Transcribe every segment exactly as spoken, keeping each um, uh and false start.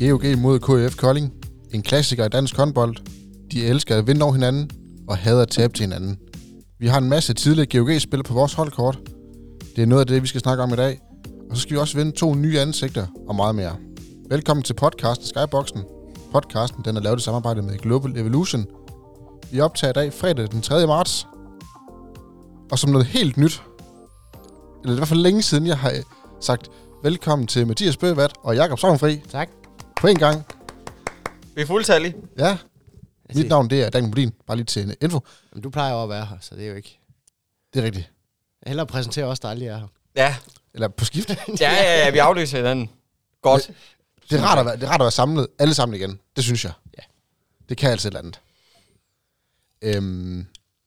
G O G mod K F Kolding. En klassiker i dansk håndbold. De elsker at vinde over hinanden og hader at tabe til hinanden. Vi har en masse tidligere G O G-spillere på vores holdkort. Det er noget af det, vi skal snakke om i dag. Og så skal vi også vinde to nye ansigter og meget mere. Velkommen til podcasten Skyboxen. Podcasten den er lavet i samarbejde med Global Evolution. Vi optager i dag fredag den tredje marts. Og som noget helt nyt, eller i hvert fald længe siden, jeg har sagt velkommen til Mathias Bøgevat og Jakob Sovnfri. Tak. På en gang. Vi er fuldtallige. Ja. Mit navn det er Dan Modin. Bare lige til en info. Men du plejer jo at være her, så det er jo ikke... Det er rigtigt. Jeg hellere præsentere os, der aldrig er her. Ja. Eller på skift. ja, ja, ja, vi afløser hinanden. Godt. Det, det, er rart at være, det er rart at være samlet, alle sammen igen. Det synes jeg. Ja. Det kan altid et eller andet. Øhm,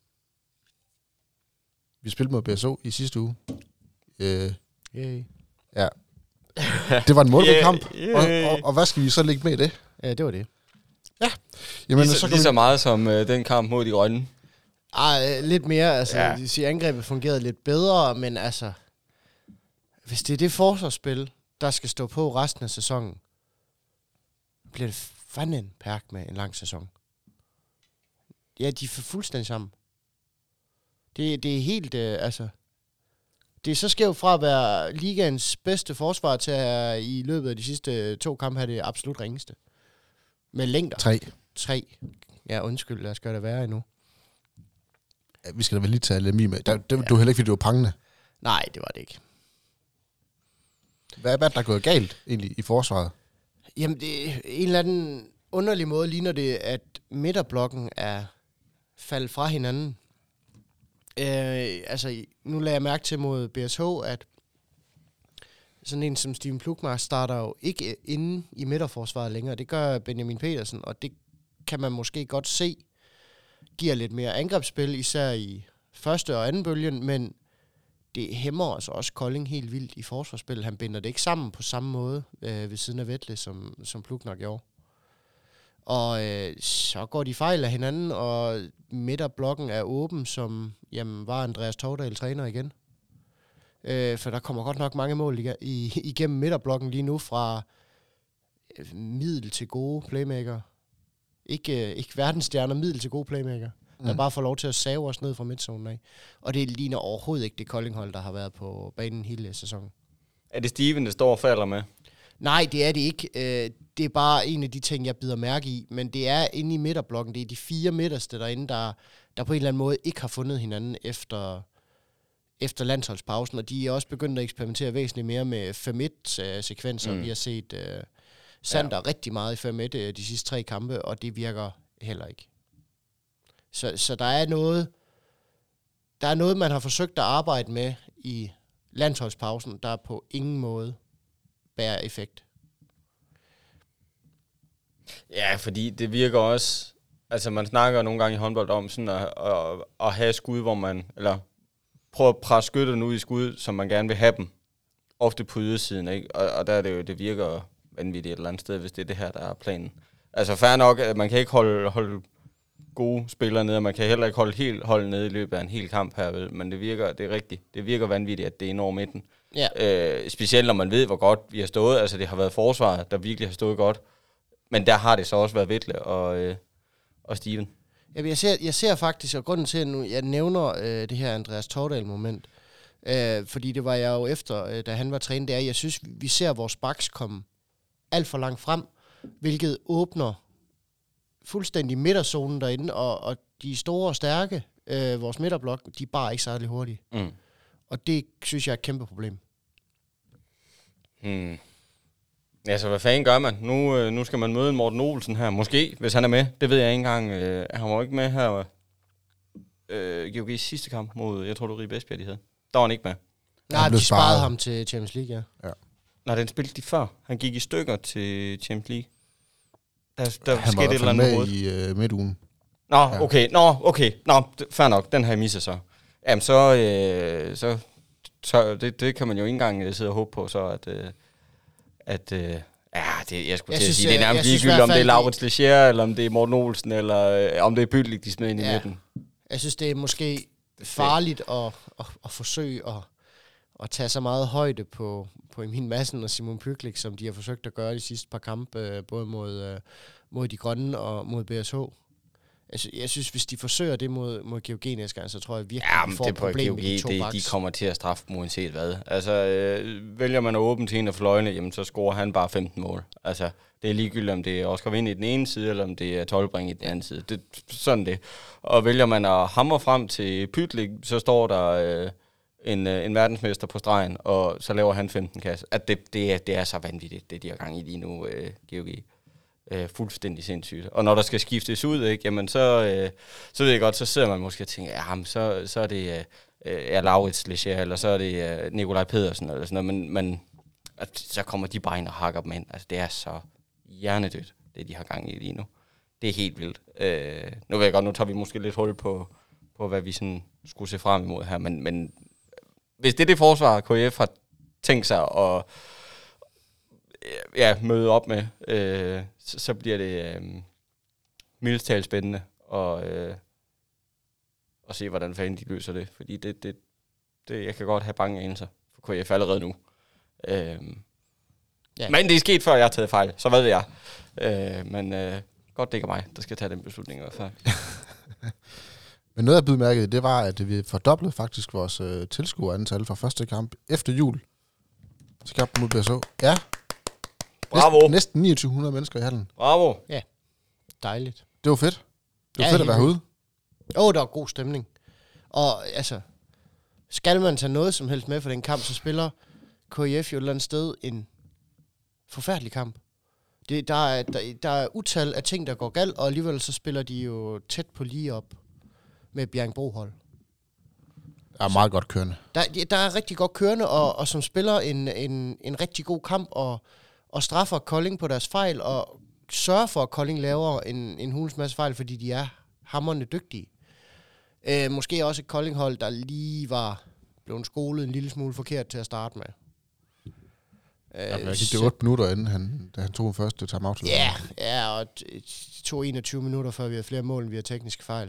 vi spillede mod B S O i sidste uge. Øh, Yay. ja. Det var en målrig Yeah, kamp. yeah. Og, og, og hvad skal vi så lægge med i det? Ja, det var det. Ja. Jamen, lige så, så lige vi... så meget som øh, den kamp mod de grønne. Ej, lidt mere. Altså, Ja. de siger, angrebet fungerede lidt bedre, men altså... Hvis det er det forsvarsspil, der skal stå på resten af sæsonen, bliver det fandme en perk med en lang sæson. Ja, de er fuldstændig sammen. Det, det er helt, øh, altså... Det er så skævt fra at være ligaens bedste forsvar til at i løbet af de sidste to kampe have det absolut ringeste. Med længder. Tre. Tre. Ja, undskyld, lad os gøre det værre endnu. Ja, vi skal da vel lige tage Lemmy med. Der, det, ja. Du er heller ikke, fordi du var prangende. Nej, det var det ikke. Hvad er det, der er gået galt egentlig i forsvaret? Jamen, det er en eller anden underlig måde ligner det, at midterblokken er faldet fra hinanden. Øh, altså, nu lader jeg mærke til mod B S H, at sådan en som Steven Plukmar starter jo ikke inde i midterforsvaret længere. Det gør Benjamin Petersen, og det kan man måske godt se giver lidt mere angrebsspil, især i første og anden bølgen, men det hæmmer altså også Kolding helt vildt i forsvarsspil. Han binder det ikke sammen på samme måde øh, ved siden af Vettle, som, som Plukmar gjorde. Og øh, så går de fejl af hinanden, og midterblokken er åben, som jamen, var Andreas Tovdal træner igen. Øh, for der kommer godt nok mange mål ig- i, igennem midterblokken lige nu fra øh, middel til gode playmaker. Ikke, øh, ikke verdensstjerner, middel til gode playmaker. Mm. Der bare får lov til at save os ned fra midtzonen af. Og det ligner overhovedet ikke det Koldinghold, der har været på banen hele sæsonen. Er det Steven, der står og falder med? Nej, det er det ikke. Øh, det er bare en af de ting, jeg bider mærke i. Men det er inde i midterblokken. Det er de fire midterste derinde, der, der på en eller anden måde ikke har fundet hinanden efter, efter landsholdspausen. Og de er også begyndt at eksperimentere væsentligt mere med fem et-sekvenser. Mm. Vi har set uh, Sander ja. rigtig meget i fem et uh, de sidste tre kampe, og det virker heller ikke. Så, så der er noget, der er noget, man har forsøgt at arbejde med i landsholdspausen, der på ingen måde bærer effekt. Ja, fordi det virker også... Altså, man snakker nogle gange i håndbold om sådan at, at, at have skud, hvor man... Eller prøve at presse skytterne ud i skud, som man gerne vil have dem. Ofte på ydersiden, ikke? Og, og der er det jo, det virker vanvittigt et eller andet sted, hvis det er det her, der er planen. Altså, fair nok, at man kan ikke holde, holde gode spillere nede, og man kan heller ikke holde helt hold nede i løbet af en hel kamp her, vel? Men det virker, det er rigtigt. Det virker vanvittigt, at det er inde over midten. Ja. Øh, specielt når man ved, hvor godt vi har stået. Altså, det har været forsvaret, der virkelig har stået godt. Men der har det så også været Vettle og, øh, og Steven. Jamen, jeg ser, jeg ser faktisk, og grunden til, at nu, jeg nævner øh, det her Andreas Tovdal-moment, øh, fordi det var jeg jo efter, øh, da han var træner, det er, jeg synes, vi ser vores backs komme alt for langt frem, hvilket åbner fuldstændig midterzonen derinde, og, og de store og stærke, øh, vores midterblok, de er bare ikke særlig hurtige. Mm. Og det synes jeg er et kæmpe problem. Hmm. Ja, så hvad fanden gør man? Nu, øh, nu skal man møde Morten Olsen her. Måske, hvis han er med. Det ved jeg ikke engang. Øh, han var ikke med her. Øh, G O G's sidste kamp mod, jeg tror det var Ribe Esbjerg, de havde. Der var han ikke med. Nej, blev de sparede sparet. ham til Champions League, ja. Ja. Nej, den spillede de før. Han gik i stykker til Champions League. Der, der Han var skete i et hvert eller fald andet med råd. i øh, midtugen. Nå, okay. Nå, okay. Nå, d- fair nok. Den har jeg misset så. Jamen, så... Øh, så, så det, det kan man jo ikke engang øh, sidde og håbe på, så at... Øh, at øh, ja, det, jeg skulle Jeg til synes, at sige, det er jeg- nærmest jeg synes i ligegyldigt, hvert om det er fald, Laurits Leger, eller om det er Morten Olsen, eller øh, om det er Byllik, de smed ind i Ja. midten. Jeg synes, det er måske farligt at, at, at forsøge at, at tage så meget højde på, på Emil Madsen og Simon Pyklik, som de har forsøgt at gøre de sidste par kampe, øh, både mod, øh, mod de grønne og mod B S H. Altså, jeg synes, hvis de forsøger det mod, mod G O G næste gang, så tror jeg virkelig, ja, de får det et problem med de to det, backs. de kommer til at straffe dem uanset hvad. Altså, øh, vælger man at åbne til en af fløjene, jamen, så scorer han bare femten mål. Altså, det er ligegyldigt, om det er Oscar Vind i den ene side, eller om det er Tolbring i den anden side. Det sådan det. Og vælger man at hamre frem til Pytlik, så står der øh, en, øh, en verdensmester på stregen, og så laver han femten kasser. At det, det, er, det er så vanvittigt, det de har gang i lige nu, øh, G O G. Øh, fuldstændig sindssygt. Og når der skal skiftes ud, ikke, jamen så, øh, så ved jeg godt, så sidder man måske og tænker, ja, så, så er det øh, ja, Laurits Leger, eller så er det øh, Nikolaj Pedersen, eller sådan noget, men, men at, så kommer de bare ind og hakker dem ind. Altså, det er så hjernedødt, det de har gang i lige nu. Det er helt vildt. Øh, nu ved jeg godt, nu tager vi måske lidt hul på, på hvad vi sådan skulle se frem imod her, men, men hvis det er det forsvar, K F har tænkt sig at ja, møde op med, øh, så, så bliver det øh, mildest talt spændende og, øh, at se, hvordan fanden de løser det. Fordi det, det, det, jeg kan godt have bange anelser for K F allerede nu. Øh, ja. Men det er sket, før jeg har taget fejl, så hvad ved jeg. Øh, men øh, godt, det ikke er mig, der skal tage den beslutning i hvert fald. Men noget, jeg blev mærket, det var, at vi fordoblede faktisk vores øh, tilskuerantal fra første kamp efter jul til kampen mod B S H. Ja. Bravo. Næsten, næsten niogtyve hundrede mennesker i hallen. Bravo. Ja, dejligt. Det var fedt. Det var Ja, fedt at være herude. Åh, oh, der var god stemning. Og altså, skal man tage noget som helst med for den kamp, så spiller K I F jo et eller andet sted en forfærdelig kamp. Det, der, er, der, der er utal af ting, der går galt, og alligevel så spiller de jo tæt på lige op med Bjerringbro-hold. Ja, meget godt kørende. Der, der er rigtig godt kørende, og, og som spiller en, en, en rigtig god kamp, og, og straffer Kolding på deres fejl, og sørger for, at Kolding laver en, en hulens masse fejl, fordi de er hamrende dygtige. Øh, måske også et Kolding-hold, der lige var blevet skolet en lille smule forkert til at starte med. Ja, jeg gik det otte minutter inden, han, da han tog den første timeout. Ja, ja, og det tog enogtyve minutter, før vi havde flere mål, end vi har tekniske fejl.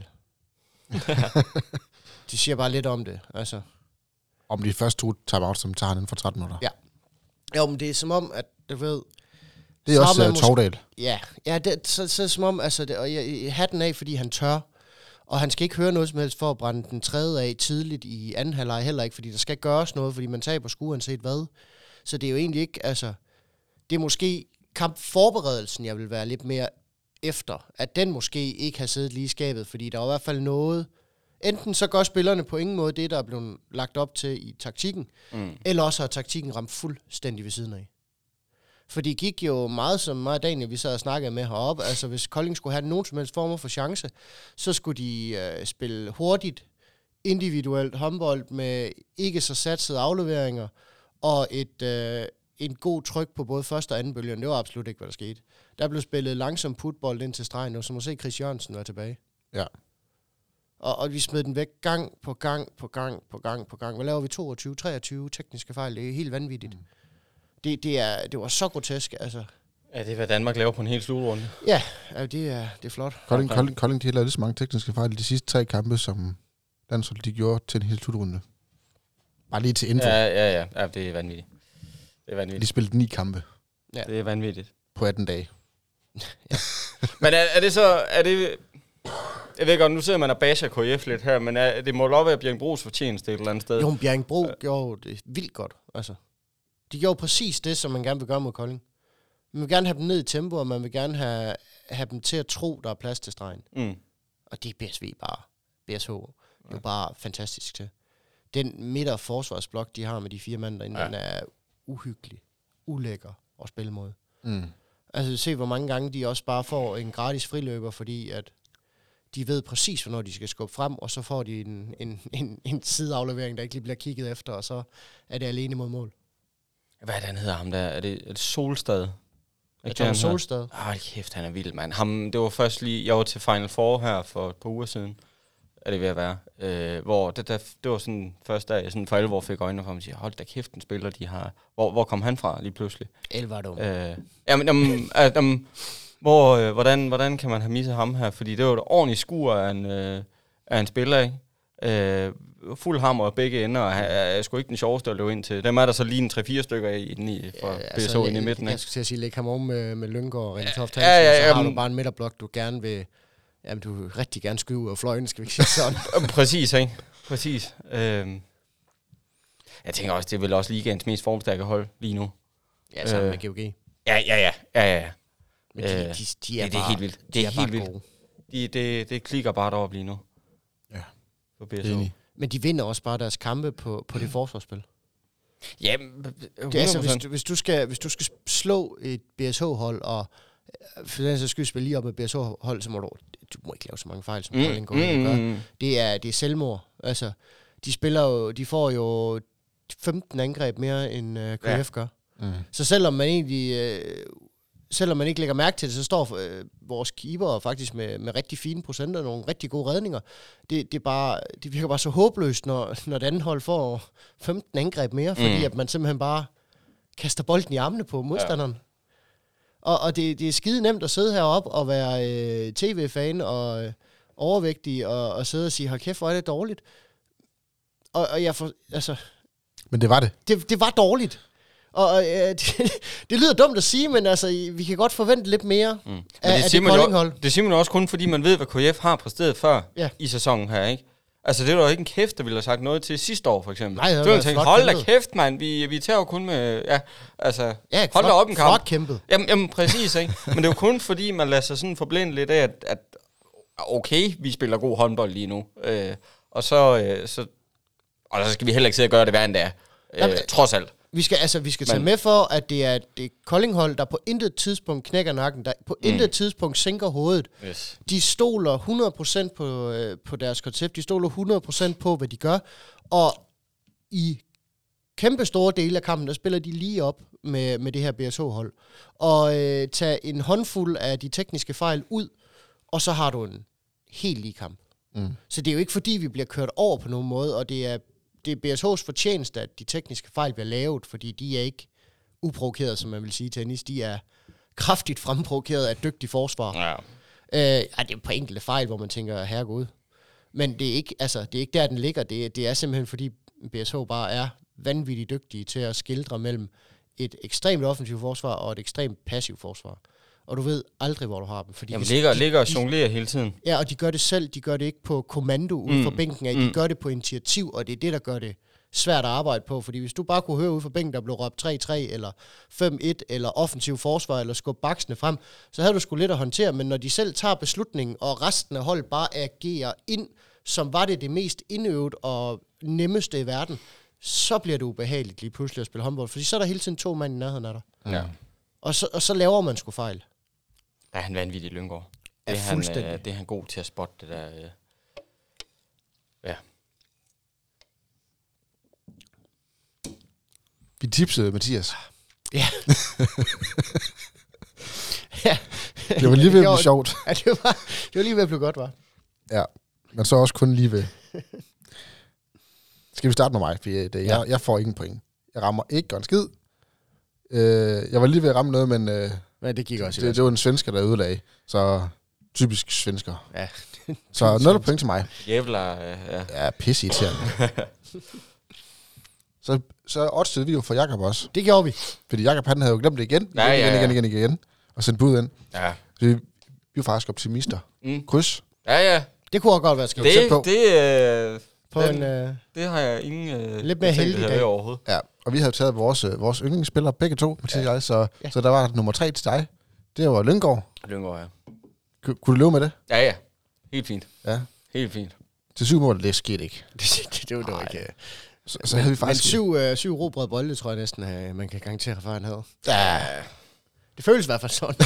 De siger bare lidt om det, altså. Om de første to timeouts, som tager han inden for tretten minutter. Ja. Jo, men det er som om, at du ved... Det er også uh, Tovdal. Ja, ja det, så, så som om, altså, det, og jeg, hatten af, fordi han tør, og han skal ikke høre noget som helst for at brænde den tredje af tidligt i anden halvleg heller ikke, fordi der skal gøres noget, fordi man taber sgu uanset hvad. Så det er jo egentlig ikke, altså, det er måske kampforberedelsen, jeg vil være lidt mere efter, at den måske ikke har siddet lige i skabet, fordi der er i hvert fald noget, enten så gør spillerne på ingen måde det, der er blevet lagt op til i taktikken, mm. eller også har taktikken ramt fuldstændig ved siden af. For det gik jo meget som mig og Daniel, vi sad og snakkede med heroppe. Altså, hvis Kolding skulle have nogen som helst former for chance, så skulle de øh, spille hurtigt, individuelt håndbold med ikke så satsede afleveringer, og et, øh, en god tryk på både første og anden bølge. Det var absolut ikke, hvad der skete. Der blev spillet langsom putbold ind til stregen, og så må se Chris Jørgensen være tilbage. Ja. Og, og vi smed den væk gang på gang på gang på gang på gang. Hvad laver vi? toogtyve, treogtyve tekniske fejl. Det er helt vanvittigt. Mm. Det, det, er, det var så grotesk, altså. Ja, det er, hvad Danmark laver på en hel slutrunde. Ja, ja det, er, det er flot. Kolding, Kolding, Kolding de har lavet lige så mange tekniske fejl de sidste tre kampe, som landsholdet de gjorde til en hel slutrunde. Bare lige til info. Ja, ja, ja. ja det er vanvittigt. Det er vanvittigt. De spillede ni kampe. Ja. Det er vanvittigt. På atten dage. Ja. Men er, er det så... Er det, jeg ved godt, nu sidder man og basher K F lidt her, men er, det må lov være Bjerringbros fortjeneste et eller andet sted. Jo, Bjerringbro ja. gjorde det vildt godt, altså. De gjorde præcis det, som man gerne vil gøre mod Kolding. Man vil gerne have dem ned i tempo, og man vil gerne have, have dem til at tro, der er plads til stregen. Mm. Og det er B S V bare. B S H. Det er jo bare fantastisk til. Den midter forsvarsblok, de har med de fire mand derinde, ja. Den er uhyggelig, ulækker at spille mod. Mm. Altså, se hvor mange gange de også bare får en gratis friløber, fordi at de ved præcis, hvornår de skal skubbe frem, og så får de en, en, en, en sideaflevering, der ikke lige bliver kigget efter, og så er det alene mod mål. Hvad er det, han hedder ham der? Er det, er det Solstad? Jeg tror, Solstad. Ej, kæft, han er vild, mand. Ham, det var først lige, jeg var til Final Four her for et par uger siden, er det ved at være, øh, hvor det, der, det var sådan første dag, jeg sådan for alvor fik øjnene for mig og siger, hold da kæft, den spiller, de har. Hvor, hvor kom han fra lige pludselig? Elvardum. Øh, jamen, um, um, hvor, øh, hvordan, hvordan kan man have misset ham her? Fordi det var et ordentligt skur af en, øh, af en spiller, ikke? Øh, fuld hammer og begge ender, og er, er sgu ikke den sjoveste at løbe ind til. Dem er der så lige en tre fire stykker i, inde i, for ja, altså, B S H inde i midten. Jeg skulle til at sige, læg ham om med, med Lyngård og René Toft ja, ja, ja, så har ja, du bare en midterblok, du gerne vil, jamen du vil rigtig gerne skyde ud af fløjen, skal vi ikke sige sådan. Præcis, ikke? Præcis. Øhm. Jeg tænker også, det er vel også ligaens mest formstærke hold lige nu. Ja, sammen øh. med G O G. Ja, ja, ja, ja, ja. Men de, de, de er det, bare, det er helt vildt. Det er, er helt vildt. De, det, det klikker bare deroppe lige nu. Ja. På B S H. Men de vinder også bare deres kampe på, på det forsvarsspil. Ja, det er altså, hvis du, hvis, du skal, hvis du skal slå et B S H-hold, og for den sags skyld spille lige op med B S H-hold, så må du, du må ikke lave så mange fejl, som Kolding mm, mm, gør. Mm. Det er, det er selvmord. Altså, de spiller jo, de får jo femten angreb mere, end uh, K F ja. gør. Mm. Så selvom man egentlig... Uh, Selvom man ikke lægger mærke til det, så står øh, vores keeper faktisk med, med rigtig fine procenter, nogle rigtig gode redninger. Det, det, er bare, det virker bare så håbløst, når, når det andet hold får femten angreb mere, fordi mm. at man simpelthen bare kaster bolden i armene på modstanderen. Ja. Og, og det, det er skide nemt at sidde heroppe og være øh, tv-fan og øh, overvægtig og, og sidde og sige, hold kæft, hvor er det dårligt. Og, og jeg får, altså... Men det var det. Det, det var dårligt. Og øh, det, det lyder dumt at sige, men altså, vi kan godt forvente lidt mere mm. af det, det Kolding-hold. Det siger man også kun, fordi man ved, hvad K F har præsteret før ja. i sæsonen her, ikke? Altså, det var jo ikke en kæft, der ville have sagt noget til sidste år, for eksempel. Nej, det var tænkt, hold da kæft, mand, vi, vi tager jo kun med, ja, altså, ja, hold da op en kamp. Flot kæmpet. Jamen, jamen præcis, ikke? Men det er jo kun, fordi man lader sig sådan forblænde lidt af, at, at okay, vi spiller god håndbold lige nu. Øh, og så, øh, så, og så skal vi heller ikke sidde og gøre det værre end det er. Øh, Jamen, trods alt. Vi skal, altså, vi skal tage Men. med for, at det er det Kolding-hold, der på intet tidspunkt knækker nakken, der på mm. intet tidspunkt sænker hovedet. Yes. De stoler hundrede procent på, øh, på deres koncept, de stoler hundrede procent på, hvad de gør, og i kæmpe store dele af kampen, der spiller de lige op med, med det her B S H-hold. Og øh, tage en håndfuld af de tekniske fejl ud, og så har du en helt lige kamp. Mm. Så det er jo ikke fordi, vi bliver kørt over på nogen måde, og det er det er B S H's fortjeneste, at de tekniske fejl bliver lavet, fordi de er ikke uprovokeret, som man vil sige i tennis. De er kraftigt fremprovokeret af dygtig forsvar. Ja. Øh, ja, det er på enkelte fejl, hvor man tænker, herregud. Men det er ikke, altså, det er ikke der, den ligger. Det, det er simpelthen, fordi B S H bare er vanvittigt dygtige til at skildre mellem et ekstremt offensivt forsvar og et ekstremt passivt forsvar. Og du ved aldrig, hvor du har dem. Fordi Jamen, ligger, de, ligger og jonglerer hele tiden. Ja, og de gør det selv. De gør det ikke på kommando ude mm. for bænken af. De mm. gør det på initiativ, og det er det, der gør det svært at arbejde på. Fordi hvis du bare kunne høre ude for bænken, der blev råbt tre tre, eller fem et, eller offensiv forsvar, eller skubbe baksene frem, så havde du sgu lidt at håndtere. Men når de selv tager beslutningen, og resten af holdet bare agerer ind, som var det det mest indøvet og nemmeste i verden, så bliver det ubehageligt lige pludselig at spille håndbold. Fordi så er der hele tiden to mand i nærheden af dig. Ja. Og, så, og så laver man sgu fejl. Ja, han er vanvittig Lyngård. Det er, han, øh, det er han god til at spotte, det der. Øh. Ja. Vi tipsede Mathias. Ja. ja. Det var lige ved at blive sjovt. Ja, det var, det var lige ved at blive godt, var. Ja, men så også kun lige ved. Skal vi starte med mig? For jeg, det, ja. jeg, jeg får ingen point. Jeg rammer ikke en skid. Øh, jeg var lige ved at ramme noget, men... Øh, Ja, det gik også. Det, det var en svensker, der ødelagde. Så typisk svensker. Ja. Så nul point til mig. Jævler, ja. Ja, pisse irriterende. så så oddsede vi jo for Jakob også. Det gjorde vi. Fordi Jakob, han havde jo glemt det igen. Ja, igen, ja, ja. igen, igen, igen, igen. Og sendt bud ind. Ja. Så vi, vi er faktisk optimister. Mm. Kryds. Ja, ja. Det kunne også godt være skrevet det, på. Det, øh, på den, en, øh, det har jeg ingen øh, lidt mere heldig dag overhovedet. Ja, og vi havde taget vores, øh, vores yndlingsspillere, begge to, Mathias ja. og jeg, så, ja. så der var nummer tre til dig. Det var Lyngård. Lyngård, ja. K- kunne du leve med det? Ja, ja. Helt fint. Ja. Helt fint. Til syv mål, det skete ikke. det, det, det var det ikke. Så, så havde vi faktisk... Men syv, øh, syv robrede bolde, tror jeg næsten, øh, man kan garantere for, han havde. Ja. Det føles i hvert fald sådan.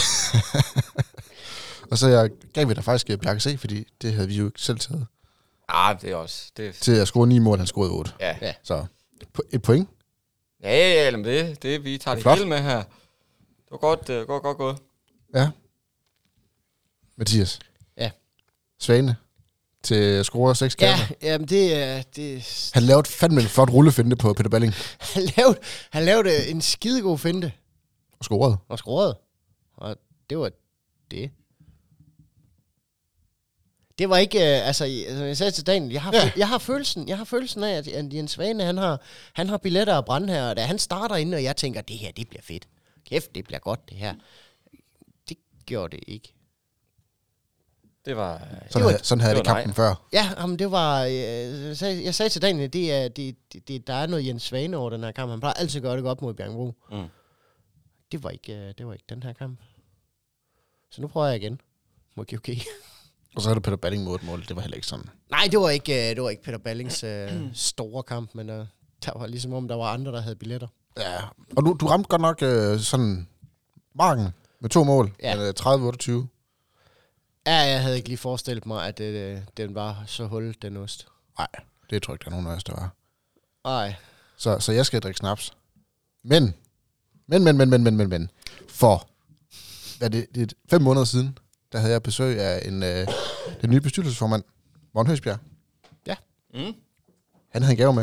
Og så jeg gav vi dig faktisk Bjarke C, fordi det havde vi jo ikke selv taget. Ah, det er også... Det... Til at score ni mål, han scorede otte. Ja. ja. Så et point. Ja, ja, ja, men det, det vi tager det, det hele med her. Det var godt, det var godt, godt gået. Ja. Mathias. Ja. Svane. Til at score seks kasser. Ja, jamen det er... Det... Han lavede fandme en flot rullefinte på Peter Balling. han, lavede, han lavede en skidegod finte. Og scorede. Og scorede. Og det var det. Det var ikke, øh, altså, som jeg sagde til Daniel, jeg har, ja. jeg har følelsen, jeg har følelsen af, at Jens Svane, han har, han har billetter at brænde her, og da han starter inde, og jeg tænker, det her, det bliver fedt. Kæft, det bliver godt, det her. Det gjorde det ikke. Det var... Sådan, det var, havde, sådan havde det, det kampen nej. før. Ja, jamen, det var... Øh, jeg, sagde, jeg sagde til Daniel, det er, det, det, det, der er noget Jens Svane over den her kamp. Han plejer altid at gøre det godt mod Bjergbro. Mm. Det var ikke, øh, det var ikke den her kamp. Så nu prøver jeg igen mod G O G. Og så er det Peter Balling mod et mål. Det var heller ikke sådan. Nej, det var ikke, det var ikke Peter Ballings øh, store kamp, men øh, der var ligesom om, der var andre, der havde billetter. Ja, og du, du ramte godt nok øh, sådan marken med to mål. Ja. tredive otteogtyve. Ja, jeg havde ikke lige forestillet mig, at øh, den var så hullet, den ost. Nej, det tror jeg ikke, der er nogen af os, der var. Nej. Så, så jeg skal drikke snaps. Men, men, men, men, men, men, men, men. For, hvad er det, det er fem måneder siden, der havde jeg besøg af en, øh, den nye bestyrelsesformand, Morten Høsbjerg. Ja. Mm. Han havde en gave med.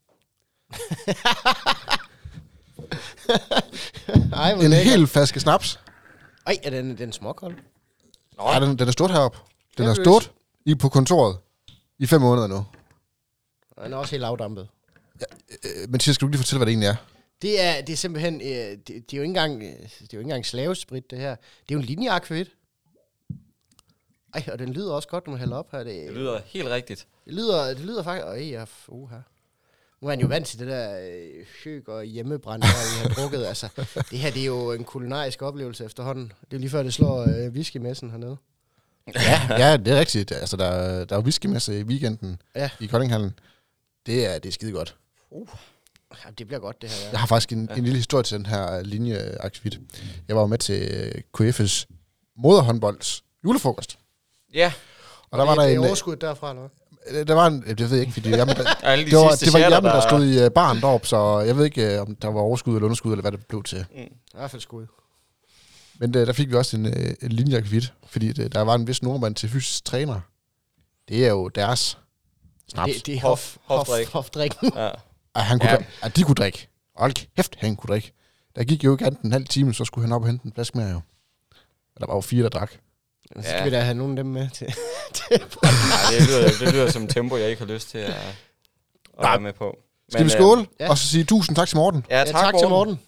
Ej, en hel flaske snaps. Ej, er den, den småkold? Ja, den, den er stået heroppe. Den er stået i på kontoret i fem måneder nu. Og den er også helt afdampet. Ja, øh, men skal du lige fortælle, hvad det egentlig er? Det er, det er simpelthen, øh, det, det, er jo ikke engang, det er jo ikke engang slavesprit, det her. Det er jo en linjeakvavit. Ej, og den lyder også godt, når man hælder op her. Det, det lyder helt rigtigt. Det lyder, det lyder faktisk, øj, jeg uh, her. Nu er han jo vant til det der øh, hyg og hjemmebrænd, der vi har drukket. Altså, det her, det er jo en kulinarisk oplevelse efterhånden. Det er lige før, det slår øh, whiskymessen hernede. Ja, ja, det er rigtigt. Altså, der, der er whiskymesse i weekenden ja. i Koldinghallen. Det er, det er skide godt. Uh. Ja, det bliver godt, det her. Ja. Jeg har faktisk en, ja. en lille historie til den her linjeaktivit. Jeg var med til K F's moderhåndbolds julefrokost. Ja. Og der var det, der en overskud derfra, eller hvad? Der var en, det ved jeg ikke, fordi jamen, der, de det var, det var jamen, der stod i uh, baren deroppe, så jeg ved ikke, om der var overskud eller underskud, eller hvad det blev til. Mm. I hvert fald skud. Men uh, der fik vi også en, uh, en linjeakvit, fordi det, der var en vis nordmand til fysisk træner. Det er jo deres snaps. Det, det er hof, hof, hof, hofdrikken. Ja. At, han kunne ja. drik, at de kunne drikke. Hold kæft, han kunne drikke. Der gik jo ikke andet en halv time, så skulle han op og hente en flaske mere jo. Og der var jo fire, der drak. Så skal ja. vi da have nogen af dem med til. Nej, det lyder, det lyder som tempo, jeg ikke har lyst til at, at være med på. Skal Men, vi skåle? Øh, og så sige tusind tak til Morten. Ja, tak, ja, tak Morten. til Morten.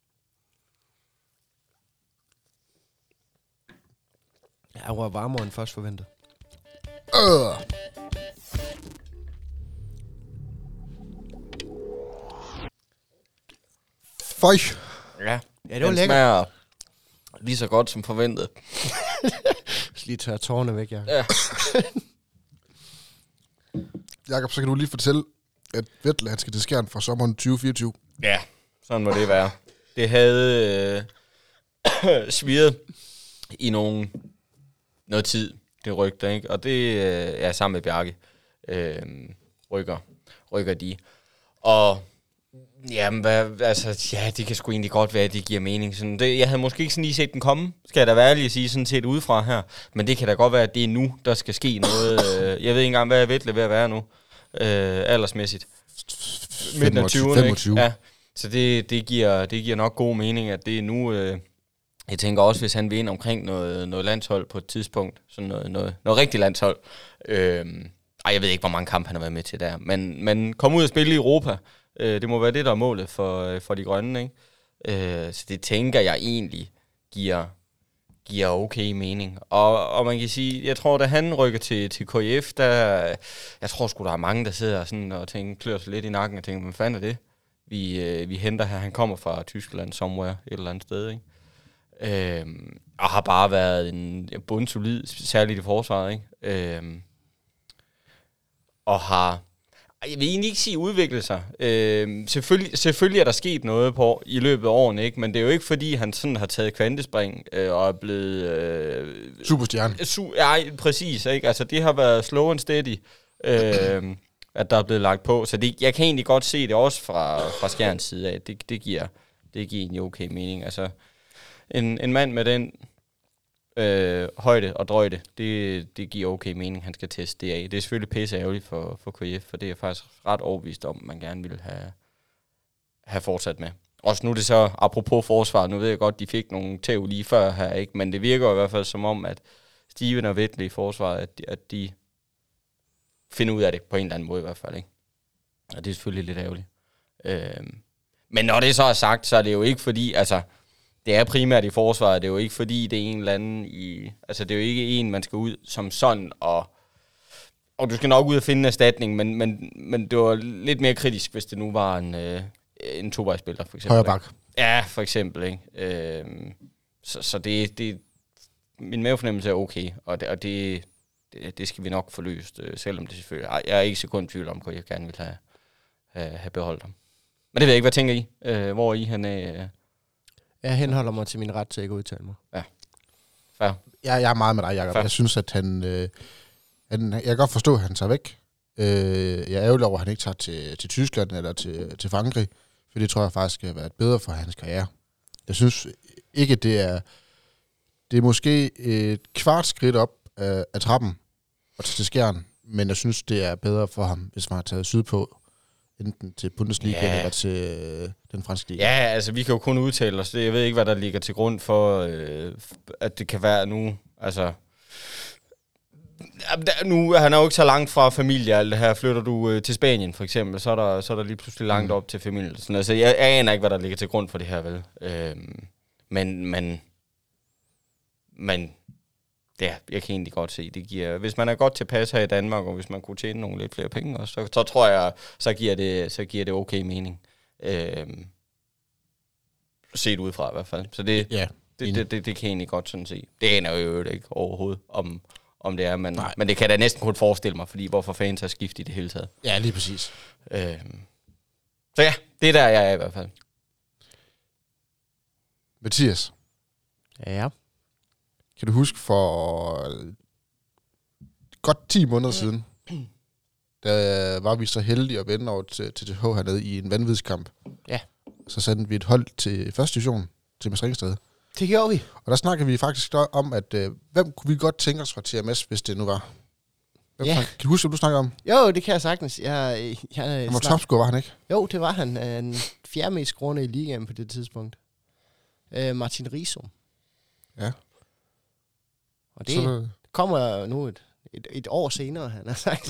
Jeg var varmere end først forventet. Øh. Føj. Ja, ja, det var lækkert. Lige så godt som forventet. Lige tørre tårne væk, ja. ja. Jakob, så kan du lige fortælle, at Vettel, han skal til Skjern fra sommeren tyve fireogtyve. Ja, sådan må det være. Det havde øh, sviret i nogen, noget tid, det rygter, ikke? Og det øh, er sammen med Bjarke øh, rykker, rykker de. Og jamen, hvad, altså, ja, det kan sgu egentlig godt være, at det giver mening. Sådan, det, jeg havde måske ikke sådan lige set den komme, skal jeg da være ærlig at sige, sådan set udefra her. Men det kan da godt være, at det er nu, der skal ske noget. øh, jeg ved ikke engang, hvad jeg ved ved at være nu, øh, aldersmæssigt. Midten af tyverne, femogtyve. Ja, så det, det, giver, det giver nok god mening, at det er nu. Øh, jeg tænker også, hvis han vil ind omkring noget, noget landshold på et tidspunkt, sådan noget, noget, noget rigtigt landshold. Øh, ej, jeg ved ikke, hvor mange kampe han har været med til der, men, men kom ud og spille i Europa. Det må være det, der er målet for, for de grønne, ikke? Så det tænker jeg egentlig giver, giver okay mening. Og, og man kan sige, jeg tror, da han rykker til, til K F, der, jeg tror sgu, der er mange, der sidder sådan og tænker, klør sig lidt i nakken og tænker, hvad fanden er det, vi, vi henter her? Han kommer fra Tyskland somewhere, et eller andet sted, ikke? Øhm, og har bare været en bundsolid, særligt i forsvaret, ikke? Øhm, og har... Jeg vil egentlig ikke sige udvikle sig. Øh, selvfølgelig, selvfølgelig er der sket noget på i løbet af årene, ikke? Men det er jo ikke fordi, han sådan har taget kvantespring øh, og er blevet... Øh, Superstjerne. Su- ja, præcis. Ikke? Altså, det har været slow and steady, øh, at der er blevet lagt på. Så det, jeg kan egentlig godt se det også fra, fra Skjerns side af. Det, det, giver, det giver egentlig okay mening. Altså, en, en mand med den... Øh, højde og drøjde, det, det giver okay mening, han skal teste det af. Det er selvfølgelig pisse ærgerligt for, for K F, for det er faktisk ret overbevist om, man gerne ville have, have fortsat med. Også nu er det så, apropos forsvar, nu ved jeg godt, de fik nogle tæv lige før her, ikke? Men det virker i hvert fald som om, at Steven og Vettel i forsvaret, at de, at de finder ud af det på en eller anden måde i hvert fald, ikke? Og det er selvfølgelig lidt ærgerligt. Øh, men når det så er sagt, så er det jo ikke fordi, altså, det er primært i forsvaret, det er jo ikke fordi, det er en eller anden i, altså det er jo ikke en, man skal ud som sådan, og Og du skal nok ud og finde en erstatning, men, men, men det var lidt mere kritisk, hvis det nu var en, øh, en tovejsspiller, for eksempel. Højre bak. Ja, for eksempel. Ikke? Øh, så så det, det, min mavefornemmelse er okay, og det, og det, det, det skal vi nok få løst, øh, selvom det selvfølgelig... Ej, jeg er ikke sekund tvivl om, at jeg gerne vil have, have, have beholdt ham. Men det ved jeg ikke, hvad tænker I? Øh, hvor er I han er? Øh? Jeg henholder mig til min ret til at ikke udtale mig. Ja. Fair. Jeg, jeg er meget med dig, Jacob. Fair. Jeg synes, at han... Øh, han jeg kan godt forstå, at han tager væk. Øh, jeg er ærgerlig over, at han ikke tager til, til Tyskland eller til, til Frankrig, for det tror jeg faktisk har været bedre for hans karriere. Jeg synes ikke, det er... Det er måske et kvart skridt op af, af trappen og til skærn, men jeg synes, det er bedre for ham, hvis man har taget sydpå, enten til Bundesliga Ja. eller til øh, den franske liga. Ja, altså vi kan jo kun udtale os. Jeg ved ikke, hvad der ligger til grund for, øh, at det kan være nu. Altså, nu han er jo ikke så langt fra familie. Alt det her flytter du øh, til Spanien for eksempel, så er der, så er der lige pludselig langt op til familie. Sådan, altså, jeg, jeg aner ikke, hvad der ligger til grund for det her, vel? Øh, men, men, men, ja, jeg kan egentlig godt se, det giver, hvis man er godt tilpas her i Danmark, og hvis man kunne tjene nogle lidt flere penge også, så, så tror jeg, så giver det, så giver det okay mening. Øh, set udefra i hvert fald. Så det, Ja, det, det, det, det kan jeg egentlig godt sådan se. Det aner jeg jo ikke overhovedet, om, om det er, men, Nej. men det kan da næsten kun forestille mig, fordi hvorfor fans har skiftet i det hele taget. ja, lige præcis. Øh, så ja, det er der, jeg er i hvert fald. Mathias, Ja. kan du huske for godt ti måneder siden, der var vi så heldige at vende over til T T H hernede i en vanvidskamp. Ja. Så sendte vi et hold til første division, til Mads Ringsted. Det gjorde vi. Og der snakkede vi faktisk om, at øh, hvem kunne vi godt tænke os fra T M S, hvis det nu var? Hvem Ja. snak- Kan du huske, hvad du snakkede om? Jo, det kan jeg sagtens. Jeg, jeg, Han var snak- topscorer, var han ikke? Jo, det var han. En fjerde mest scorende i ligaen på det tidspunkt. Øh, Martin Riesum. Ja. Og det Så, kommer nu et, et, et år senere, han har sagt.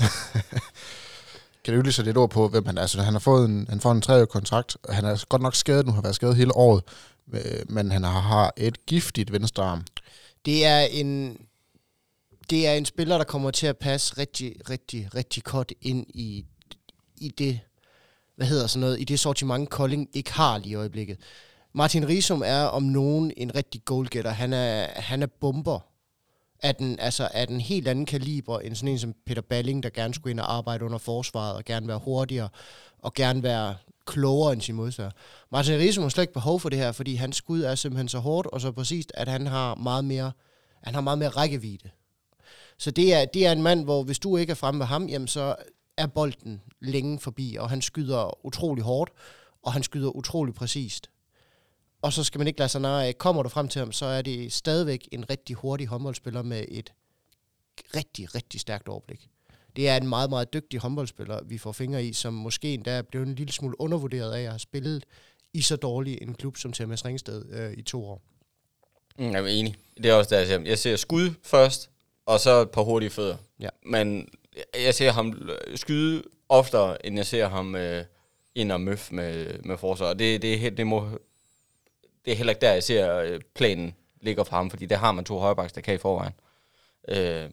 kan du lige sætte et ord på, hvem han er? Altså, han har fået en, han får en treårig kontrakt, og han er godt nok skadet nu, har været skadet hele året, øh, men han har, har et giftigt venstre arm. Det er en det er en spiller, der kommer til at passe rigtig, rigtig, rigtig godt ind i, i det, hvad hedder sådan noget, i det sortiment, Kolding ikke har lige i øjeblikket. Martin Riesum er om nogen en rigtig goalgetter. Han er, han er bomber af den, altså af den helt anden kaliber end sådan en som Peter Balling, der gerne skulle ind og arbejde under forsvaret, og gerne være hurtigere, og gerne være klogere end sin modstander. Martin Riesum har slet ikke behov for det her, fordi hans skud er simpelthen så hårdt, og så præcist, at han har meget mere, han har meget mere rækkevidde. Så det er, det er en mand, hvor hvis du ikke er fremme ved ham, jamen så er bolden længe forbi, og han skyder utrolig hårdt, og han skyder utrolig præcist. Og så skal man ikke lade sig narre af, kommer du frem til ham, så er det stadigvæk en rigtig hurtig håndboldspiller med et rigtig, rigtig stærkt overblik. Det er en meget, meget dygtig håndboldspiller, vi får fingre i, som måske endda er blevet en lille smule undervurderet af at have spillet i så dårlig en klub som T M S Ringsted øh, i to år. Mm, jeg er enig. Det er også der, jeg ser, jeg ser skud først, og så et par hurtige fødder. Ja. Men jeg ser ham skyde oftere, end jeg ser ham øh, ind og møf med, med forsvar. Det, det, det, må, det er heller ikke der, jeg ser øh, planen ligger for ham, fordi der har man to højrebacks, der kan i forvejen. Øh,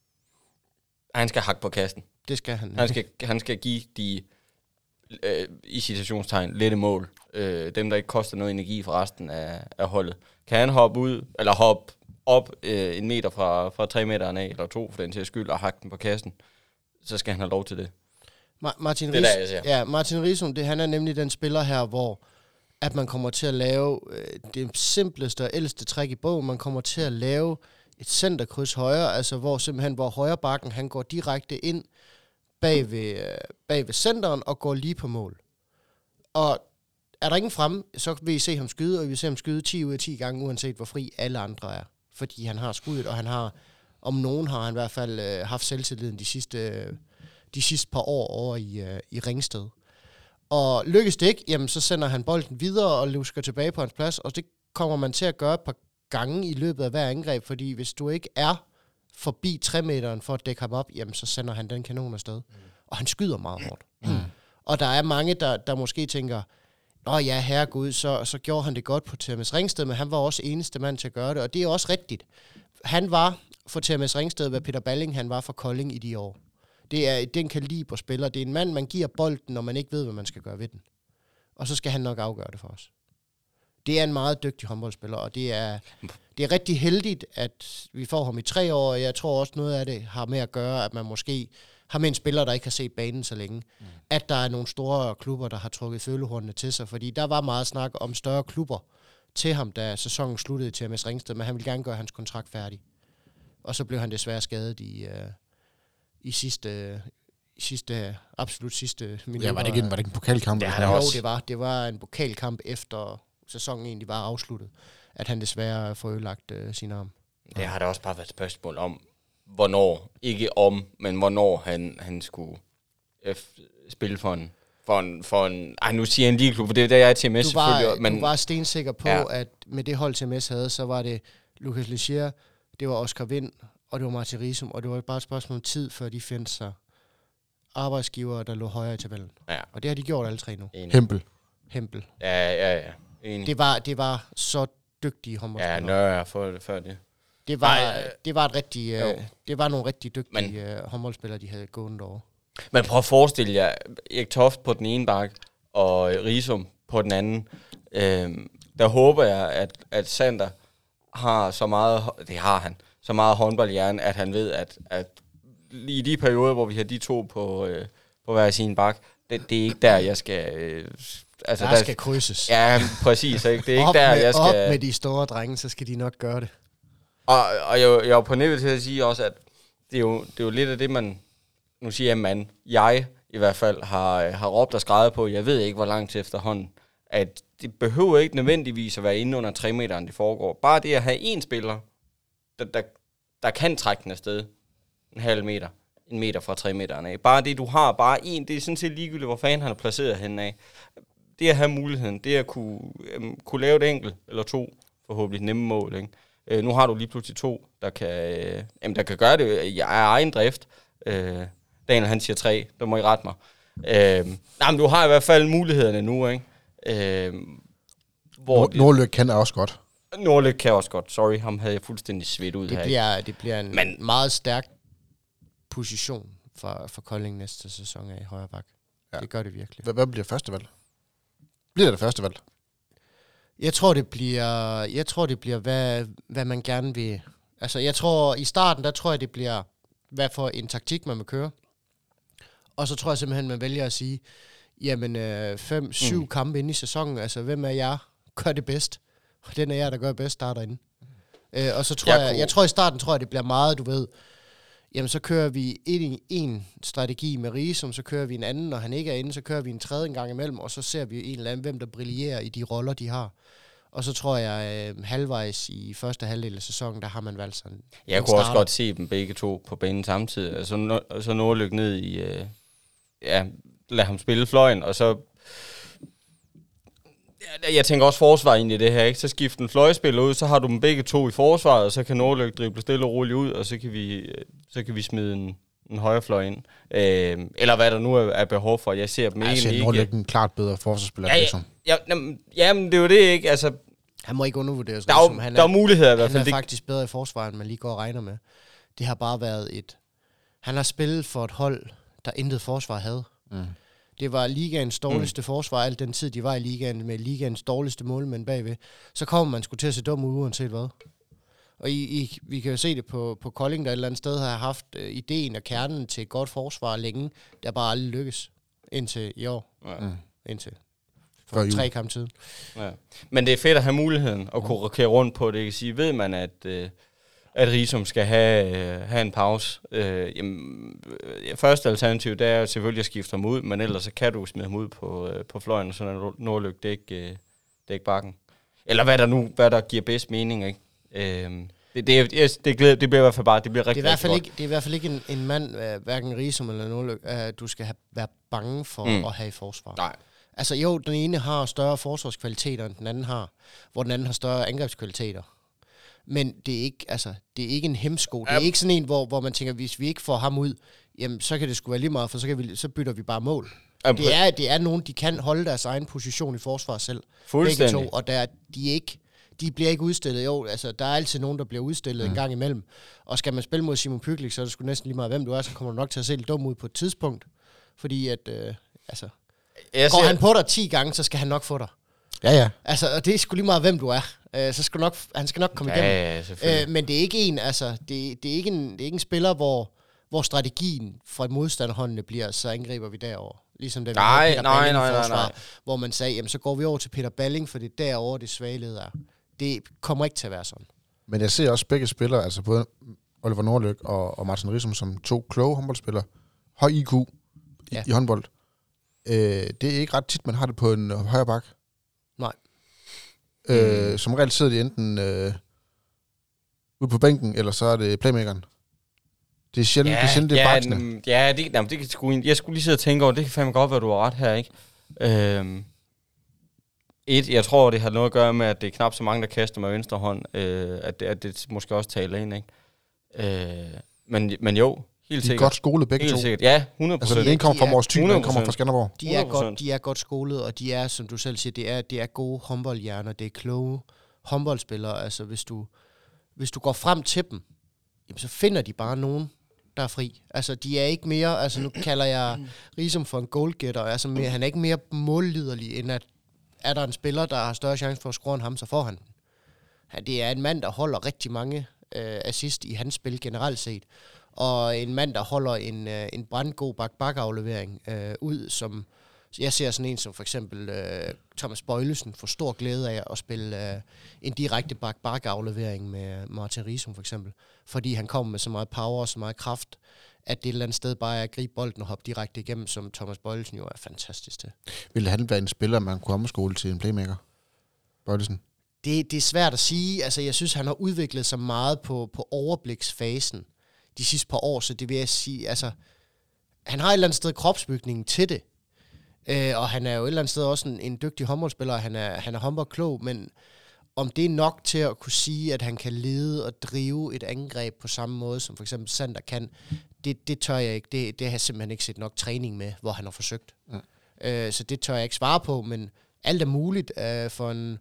han skal hakke på kassen. Det skal han. Han skal, han skal give de, øh, i citationstegn, lette mål. Øh, dem, der ikke koster noget energi for resten af, af holdet. Kan han hoppe ud, eller hoppe op øh, en meter fra, fra tre meteren af, eller to for den til skyld, og hakke den på kassen, så skal han have lov til det. Ma- Martin Det er Ries- der, jeg ser. Ja, Martin Riesum, det, han er nemlig den spiller her, hvor at man kommer til at lave øh, det simpleste og ældste træk i bogen. Man kommer til at lave et centerkryds højre, altså hvor simpelthen, hvor højre bakken, han går direkte ind bag ved, øh, bag ved centeren og går lige på mål. Og er der ingen fremme, så vil I se ham skyde, og vi vil se ham skyde ti ud af ti gange, uanset hvor fri alle andre er. Fordi han har skuddet, og han har, om nogen har han i hvert fald øh, haft selvtilliden de sidste, øh, de sidste par år over i, øh, i Ringsted. Og lykkes det ikke, jamen så sender han bolden videre og lusker tilbage på hans plads, og det kommer man til at gøre et par gange i løbet af hver angreb, fordi hvis du ikke er forbi tre meteren for at dække ham op, jamen så sender han den kanon afsted. Mm. Og han skyder meget hårdt. Mm. Og der er mange, der, der måske tænker, nå ja, herregud, så, så gjorde han det godt på Thomas Ringsted, men han var også eneste mand til at gøre det, og det er også rigtigt. Han var for Thomas Ringsted, hvad Peter Balling han var for Kolding i de år. Det er den kaliber spiller. Det er en mand, man giver bolden, når man ikke ved, hvad man skal gøre ved den. Og så skal han nok afgøre det for os. Det er en meget dygtig håndboldspiller, og det er, det er rigtig heldigt, at vi får ham i tre år, og jeg tror også noget af det har med at gøre, at man måske har med en spiller, der ikke har set banen så længe. Mm. At der er nogle store klubber, der har trukket følehornene til sig, fordi der var meget snak om større klubber til ham, da sæsonen sluttede til Thomas Ringsted, men han ville gerne gøre hans kontrakt færdig. Og så blev han desværre skadet i, uh, i sidste... I sidste, absolut sidste minutter. Ja, var det ikke en, var det ikke en pokalkamp? Ja, det, også. det var. Det var en pokalkamp efter sæsonen egentlig var afsluttet, at han desværre får ødelagt øh, sin arm. Det har da også bare været et spørgsmål om, hvornår, ikke om, men hvornår han, han skulle f- spille for en, for en, for en, ej nu siger jeg en ligeklub, for det er der jeg er til T M S du var, selvfølgelig. Men du var stensikker på, ja. At med det hold T M S havde, så var det Lucas Legier, det var Oscar Vind, og det var Martin Risum, og det var bare et spørgsmål om tid, før de fandt sig arbejdsgivere, der lå højere i tabellen. Ja. Og det har de gjort alle tre nu. Enig. Hempel. Hempel. Ja, ja, ja. Enig. Det var, det var så dygtige håndboldspillere. Ja, Nørre for det før det. Det var, Nej, det var et rigtig, øh, det var nogle rigtig dygtige men, øh, håndboldspillere, de havde gået over. Men prøv at forestille jer, Erik Toft på den ene bak, og Risum på den anden. Øhm, der håber jeg, at, at Sander har så meget, det har han, så meget håndboldhjerne, at han ved, at, at i de perioder, hvor vi har de to på, øh, på hver sin bak, det, det er ikke der, jeg skal... Øh, altså, der, der skal krydses. Ja, præcis. Ikke? Det er ikke op der, med, jeg skal... Op med de store drenge, så skal de nok gøre det. Og, og jeg, jeg er på nippet til at sige også, at det er jo, det er jo lidt af det, man... Nu siger jeg, man, jeg i hvert fald har, har råbt og skreget på, jeg ved ikke, hvor langt til efterhånden, at det behøver ikke nødvendigvis at være inde under tre meteren, det foregår. Bare det at have en spiller, der, der, der kan trække den afsted en halv meter, en meter fra tre meteren af. Bare det, du har, bare en, det er sådan set ligegyldigt, hvor fanden han er placeret henne af. Det at have muligheden, det at kunne, øhm, kunne lave et enkelt eller to, forhåbentlig nemme mål. Ikke? Øh, nu har du lige pludselig to, der kan, øh, jamen, der kan gøre det i egen drift. Øh, Daniel, han siger tre, der må I rette mig. Øh, nej, men du har i hvert fald mulighederne nu, ikke? Øh, hvor Nord- Nordløk kan også godt. Nordløk kan også godt. Sorry, ham havde jeg fuldstændig svedt ud det her. Bliver, det bliver en men, meget stærk position for, for Kolding næste sæson af i højre bak. Ja. Det gør det virkelig. Hvad, hvad bliver første valg? Bliver det første valg? Jeg tror, det bliver, jeg tror, det bliver hvad, hvad man gerne vil. Altså, jeg tror, i starten, der tror jeg, det bliver, hvad for en taktik, man vil køre. Og så tror jeg simpelthen, man vælger at sige, jamen, øh, fem, syv mm. kampe inde i sæsonen, altså, hvem er jeg gør det bedst? Og den er jeg, der gør bedst, starter inde. Mm. Øh, og så tror jeg, jeg, jeg tror i starten, tror jeg, det bliver meget, du ved, jamen, så kører vi en, en strategi med Risum, så kører vi en anden, når han ikke er inde, så kører vi en tredje en gang imellem, og så ser vi en eller anden, hvem der brillerer i de roller, de har. Og så tror jeg, øh, halvvejs i første halvdel af sæsonen, der har man valgt sådan. Jeg kunne starter. Også godt se dem begge to på banen samtidig. Altså, no- så Nordlyk ned i, øh, ja, lad ham spille fløjen, og så... Jeg, jeg tænker også forsvar ind i det her, ikke? Så skift en fløjspiller ud, så har du dem begge to i forsvaret, og så kan Nordlyk drible stille og roligt ud, og så kan vi, så kan vi smide en, en højre fløj ind. Øh, eller hvad der nu er, er behov for. Jeg ser dem ja, egentlig ikke... Nordlyk en klart bedre forsvarsspiller. Ja, ja, ja, jamen, jamen, det er jo det, ikke? Altså... Han må ikke undervurderes. Der er, jo, han er, der er muligheder i hvert fald. Han er faktisk bedre i forsvaret, end man lige går og regner med. Det har bare været et... Han har spillet for et hold, der intet forsvar havde. Mm. Det var ligaens dårligste mm. forsvar, alt den tid, de var i ligaen, med ligaens dårligste målmænd bagved. Så kommer man sgu til at se dum ud, uanset hvad. Og I, I, vi kan jo se det på, på Kolding, der et eller andet sted har haft uh, ideen og kernen til et godt forsvar længe. Det har bare aldrig lykkes indtil i år. Ja. Mm. Indtil for tre kampe tiden. Ja. Men det er fedt at have muligheden at kunne rokere rundt på det. Jeg kan sige, ved man, at, øh, at Risum skal have, øh, have en pause. Øh, jamen, øh, første alternativ, det er selvfølgelig at skifte ham ud, men ellers så kan du smide ham ud på, øh, på fløjen, så er Nordlyk, det er ikke, øh, det er ikke bakken. Eller hvad der nu, hvad der giver bedst mening, ikke? Øh, det, det, det, det, det, det bliver i hvert fald bare, det bliver rigtig, det er i hvert fald rigtig ikke, det er i hvert fald ikke en, en mand, uh, hverken Risum eller Nordlyk, uh, du skal have, være bange for mm. at have i forsvar. Nej. Altså jo, den ene har større forsvarskvaliteter, end den anden har, hvor den anden har større angrebskvaliteter. Men det er ikke, altså, det er ikke en hemsko. Det er ikke sådan en, hvor, hvor man tænker, hvis vi ikke får ham ud, jamen, så kan det sgu være lige meget, for så, kan vi, så bytter vi bare mål. Det er, det er nogen, de kan holde deres egen position i forsvar selv. Begge to, og der, de, ikke, de bliver ikke udstillet. Jo, altså, der er altid nogen, der bliver udstillet mm. en gang imellem. Og skal man spille mod Simon Pyglik, så er det sgu næsten lige meget, hvem du er, så kommer du nok til at se lidt dum ud på et tidspunkt. Fordi at, øh, altså, jeg går siger... han på dig ti gange, så skal han nok få dig. Ja, ja. Altså, og det er sgu lige meget, hvem du er. Øh, så skal nok, han skal nok komme ja, igennem. Ja, øh, men det er ikke en, altså, det, det er ikke en, det er ikke en spiller, hvor, hvor strategien fra modstanderhåndene bliver, så angriber vi derover. Ligesom det vi nej, Peter nej, Balling nej, i forsvar, nej, nej. hvor man sagde, jamen så går vi over til Peter Balling, for det er derovre, det svagelede er. Det kommer ikke til at være sådan. Men jeg ser også begge spillere, altså både Oliver Nordløk og, og Martin Risum, som to kloge håndboldspillere. Høj I Q i, ja. i håndbold. Øh, det er ikke ret tit, man har det på en højre bak. Nej. Øh, mm. Som regel sidder de enten øh, ude på bænken, eller så er det playmakeren. Det er sjældent, ja, det er, sjældent, det er ja, baksene. Ja, det, jamen, det kan sgu, jeg skulle lige sidde og tænke over, det kan fandme godt være, du har ret her, ikke? Øhm, et, jeg tror, det har noget at gøre med, at det er knap så mange, der kaster med venstre hånd, øh, at, det, at det måske også taler ind, ikke? Øh, men, men jo, helt de sikkert. De er godt skolet begge helt to. Sikkert. Ja, hundrede procent. Altså, den ene kommer fra Mors Thy, den kommer fra Skanderborg. De er, godt, de er godt skolet, og de er, som du selv siger, det er, det er gode håndboldhjerner, det er kloge håndboldspillere. Altså, hvis du, hvis du går frem til dem, jamen, så finder de bare nogen, der er fri. Altså, de er ikke mere, altså nu kalder jeg Risum for en goalgetter, altså mere, han er ikke mere målliderlig, end at er der en spiller, der har større chance for at score end ham, så får han den. Ja, det er en mand, der holder rigtig mange øh, assist i hans spil generelt set, og en mand, der holder en, øh, en brandgod bak-bak-aflevering øh, ud, som jeg ser sådan en som for eksempel øh, Thomas Bøjlesen får stor glæde af at spille øh, en direkte bak-bak-aflevering med Martin Risum for eksempel, fordi han kommer med så meget power og så meget kraft, at det et eller andet sted bare er at gribe bolden og hoppe direkte igennem, som Thomas Bøjlesen jo er fantastisk til. Ville han være en spiller, man kunne omskole til en playmaker? Bøjlesen? Det, det er svært at sige. Altså, jeg synes, han har udviklet sig meget på, på overbliksfasen de sidste par år, så det vil jeg sige, altså, han har et eller andet sted kropsbygningen til det, øh, og han er jo et eller andet sted også en, en dygtig håndboldspiller, han er, han er håndboldklog, men om det er nok til at kunne sige, at han kan lede og drive et angreb på samme måde, som for eksempel Sander kan, det, det tør jeg ikke. Det, det har jeg simpelthen ikke set nok træning med, hvor han har forsøgt. Mm. Øh, så det tør jeg ikke svare på, men alt er muligt øh, for en,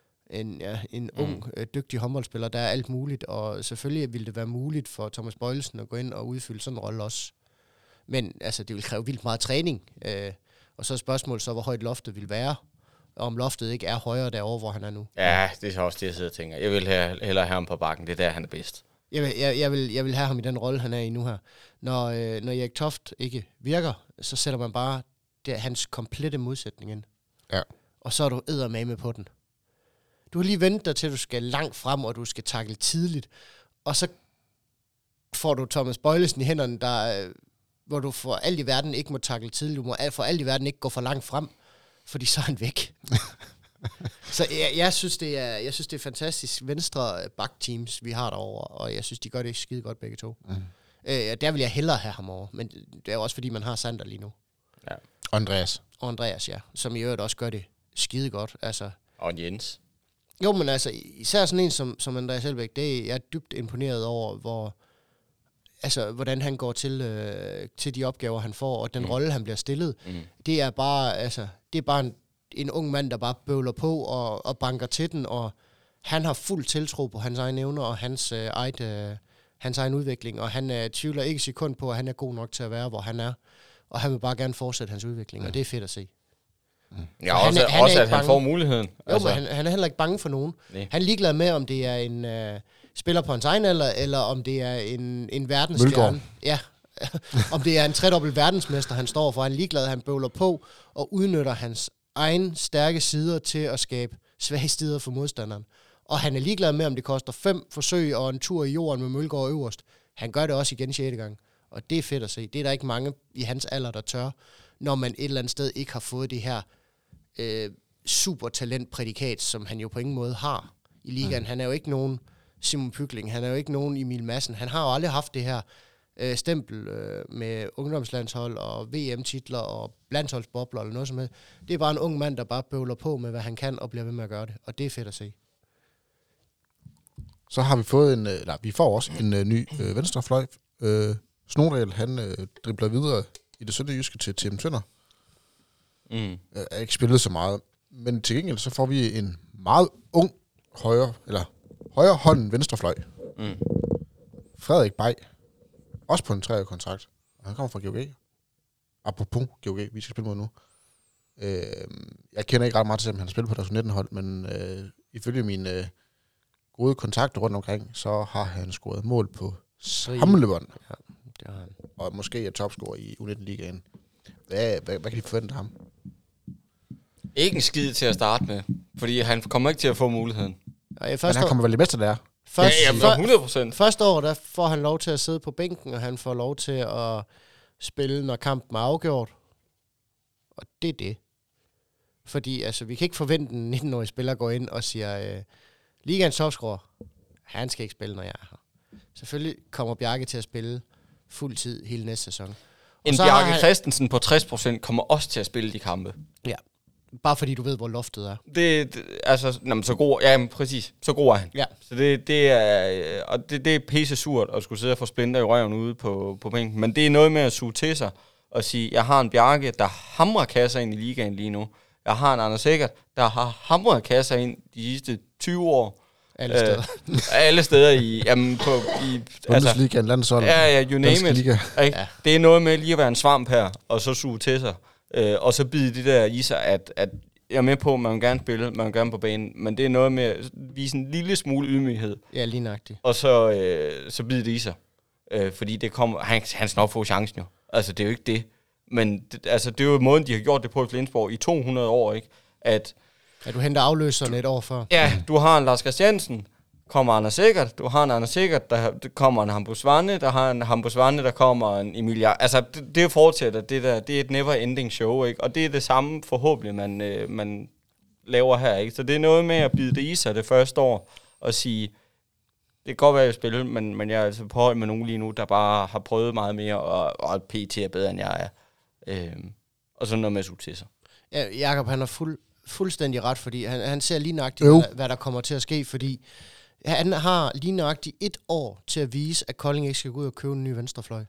en, ja, en ung, mm. øh, dygtig håndboldspiller. Der er alt muligt, og selvfølgelig ville det være muligt for Thomas Bøjlesen at gå ind og udfylde sådan en rolle også. Men altså, det vil kræve vildt meget træning, øh, og så er spørgsmålet så, hvor højt loftet vil være, og om loftet ikke er højere derovre, hvor han er nu. Ja, det er også det, jeg sidder og tænker. Jeg vil have, hellere have ham på bakken. Det er der, han er bedst. Jeg vil, jeg, jeg, vil, jeg vil have ham i den rolle, han er i nu her. Når, øh, når Erik Toft ikke virker, så sætter man bare det, hans komplette modsætning ind. Ja. Og så er du eddermame på den. Du har lige ventet dig til, at du skal langt frem, og du skal tackle tidligt. Og så får du Thomas Bøjlesen i hænderne, der, hvor du for alt i verden ikke må tackle tidligt. Du må for alt i verden ikke gå for langt frem, fordi så er han væk. Så jeg, jeg, synes, det er, jeg synes, det er fantastisk venstre bakteams, vi har derovre, og jeg synes, de gør det skide godt begge to. Mm. Øh, der vil jeg hellere have ham over, men det er jo også, fordi man har Sander lige nu. Ja. Og Andreas. Og Andreas, ja. Som i øvrigt også gør det skide godt. Altså. Og Jens. Jo, men altså, især sådan en som, som Andreas Helbæk, det er jeg er dybt imponeret over, hvor, altså, hvordan han går til, øh, til de opgaver, han får, og den mm. rolle, han bliver stillet. Mm. Det er bare, altså, det er bare en, en ung mand, der bare bøvler på og, og banker til den, og han har fuld tiltro på hans egne evner og hans, øh, eget, øh, hans egen udvikling, og han øh, tvivler ikke sekund på, at han er god nok til at være, hvor han er, og han vil bare gerne fortsætte hans udvikling, mm. og det er fedt at se. Mm. Ja, også, han er, han også er at han får muligheden. Jo, altså. men han, han er heller ikke bange for nogen. Nej. Han er ligeglad med, om det er en øh, spiller på hans egen alder, eller om det er en, en verdensstjerne. Ja, om det er en tredobbelt verdensmester, han står for. Han er ligeglad, han bøvler på og udnytter hans egen stærke sider til at skabe svage sider for modstanderen. Og han er ligeglad med, om det koster fem forsøg og en tur i jorden med Mølgaard øverst. Han gør det også igen sjette gang. Og det er fedt at se. Det er der ikke mange i hans alder, der tør, når man et eller andet sted ikke har fået det her øh, supertalentprædikat, som han jo på ingen måde har i ligaen. Mm. Han er jo ikke nogen Simon Pygling, han er jo ikke nogen Emil Madsen. Han har jo aldrig haft det her øh, stempel øh, med ungdomslandshold og V M-titler og landsholdsbobler eller noget som helst. Det er bare en ung mand, der bare bøvler på med, hvad han kan, og bliver ved med at gøre det. Og det er fedt at se. Så har vi fået en, øh, nej, vi får også en øh, ny øh, venstrefløj. Øh, Snodal, han øh, dribler videre i det sønderjyske til Tim Tønder. Mm. Øh, er ikke spillet så meget. Men til gengæld så får vi en meget ung højre, eller højre hånden venstrefløj. Mm. Frederik Bay. Også på en treårig kontrakt. Han kommer fra G O G. Apropos G O G, vi skal spille mod nu. Øh, jeg kender ikke ret meget til, om han spiller på deres nitten-hold, men øh, ifølge mine øh, gode kontakter rundt omkring, så har han scoret mål på samlebånd. Ja, det har han. Og måske er topscorer i U nitten-ligaen. Hvad, hvad, hvad kan de forvente af ham? Ikke en skid til at starte med, fordi han kommer ikke til at få muligheden. Og i Men første han år, kommer vel det bedste der. først, Ja, jamen, hundrede procent. første år, der får han lov til at sidde på bænken, og han får lov til at spille, når kampen er afgjort. Og det er det. Fordi altså, vi kan ikke forvente, at en nitten-årig spiller går ind og siger, øh, ligaens topscorer, han skal ikke spille, når jeg er her. Selvfølgelig kommer Bjarke til at spille fuld tid hele næste sæson. Og En så har Bjarke han- Christensen på tres procent kommer også til at spille de kampe. Ja, bare fordi du ved, hvor loftet er. Det, det altså, jamen, så god, ja, men præcis, så god er han. Ja. Så det, det er, og det, det er pisse surt at skulle sidde og få splinter i røven ude på, på bænken. Men det er noget med at suge til sig og sige, jeg har en Bjarke, der hamrer kasser ind i ligaen lige nu. Jeg har en Anders Sikkert, der har hamret kasser ind de sidste tyve år. Alle steder. Øh, alle steder i, jamen, på, i altså, Bundesligaen, landshold. ja, ja, you name Danske it. Liga. Ikke? Ja. Det er noget med lige at være en svamp her, og så suge til sig. Øh, og så bide det der i sig, at, at jeg er med på, at man vil gerne spille, man vil gerne på banen, men det er noget med at vise en lille smule ydmyghed, Ja, lige nøjagtigt. og så, øh, så bide det i sig. Øh, fordi det kommer, han, han skal nok få chancen jo. Altså, det er jo ikke det. Men det, altså, det er jo måden, de har gjort det på i Flensborg i to hundrede år, ikke? At, At du henter afløseren et år før. ja, du har en Lars Christiansen, kommer Anders Sikkert, du har en Anders Sikkert, der, der kommer en Hampus Vanne, der har en Hampus Vanne, der kommer en Emilia. Altså, det, det fortsætter, det der, det er et never-ending show, ikke? Og det er det samme forhåbentlig, man, øh, man laver her, ikke? Så det er noget med at bide det i sig det første år, og sige, det kan godt være, at jeg spiller, men, men jeg er altså på hold med nogen lige nu, der bare har prøvet meget mere, og, og P T er bedre, end jeg er. Øhm, og sådan noget med at suge til sig. Ja, Jakob, han har fuld, fuldstændig ret, fordi han, han ser lige nøjagtigt, Jo. hvad, hvad der kommer til at ske, fordi han har lige nøjagtigt et år til at vise, at Kolding ikke skal gå ud og købe en ny venstrefløj.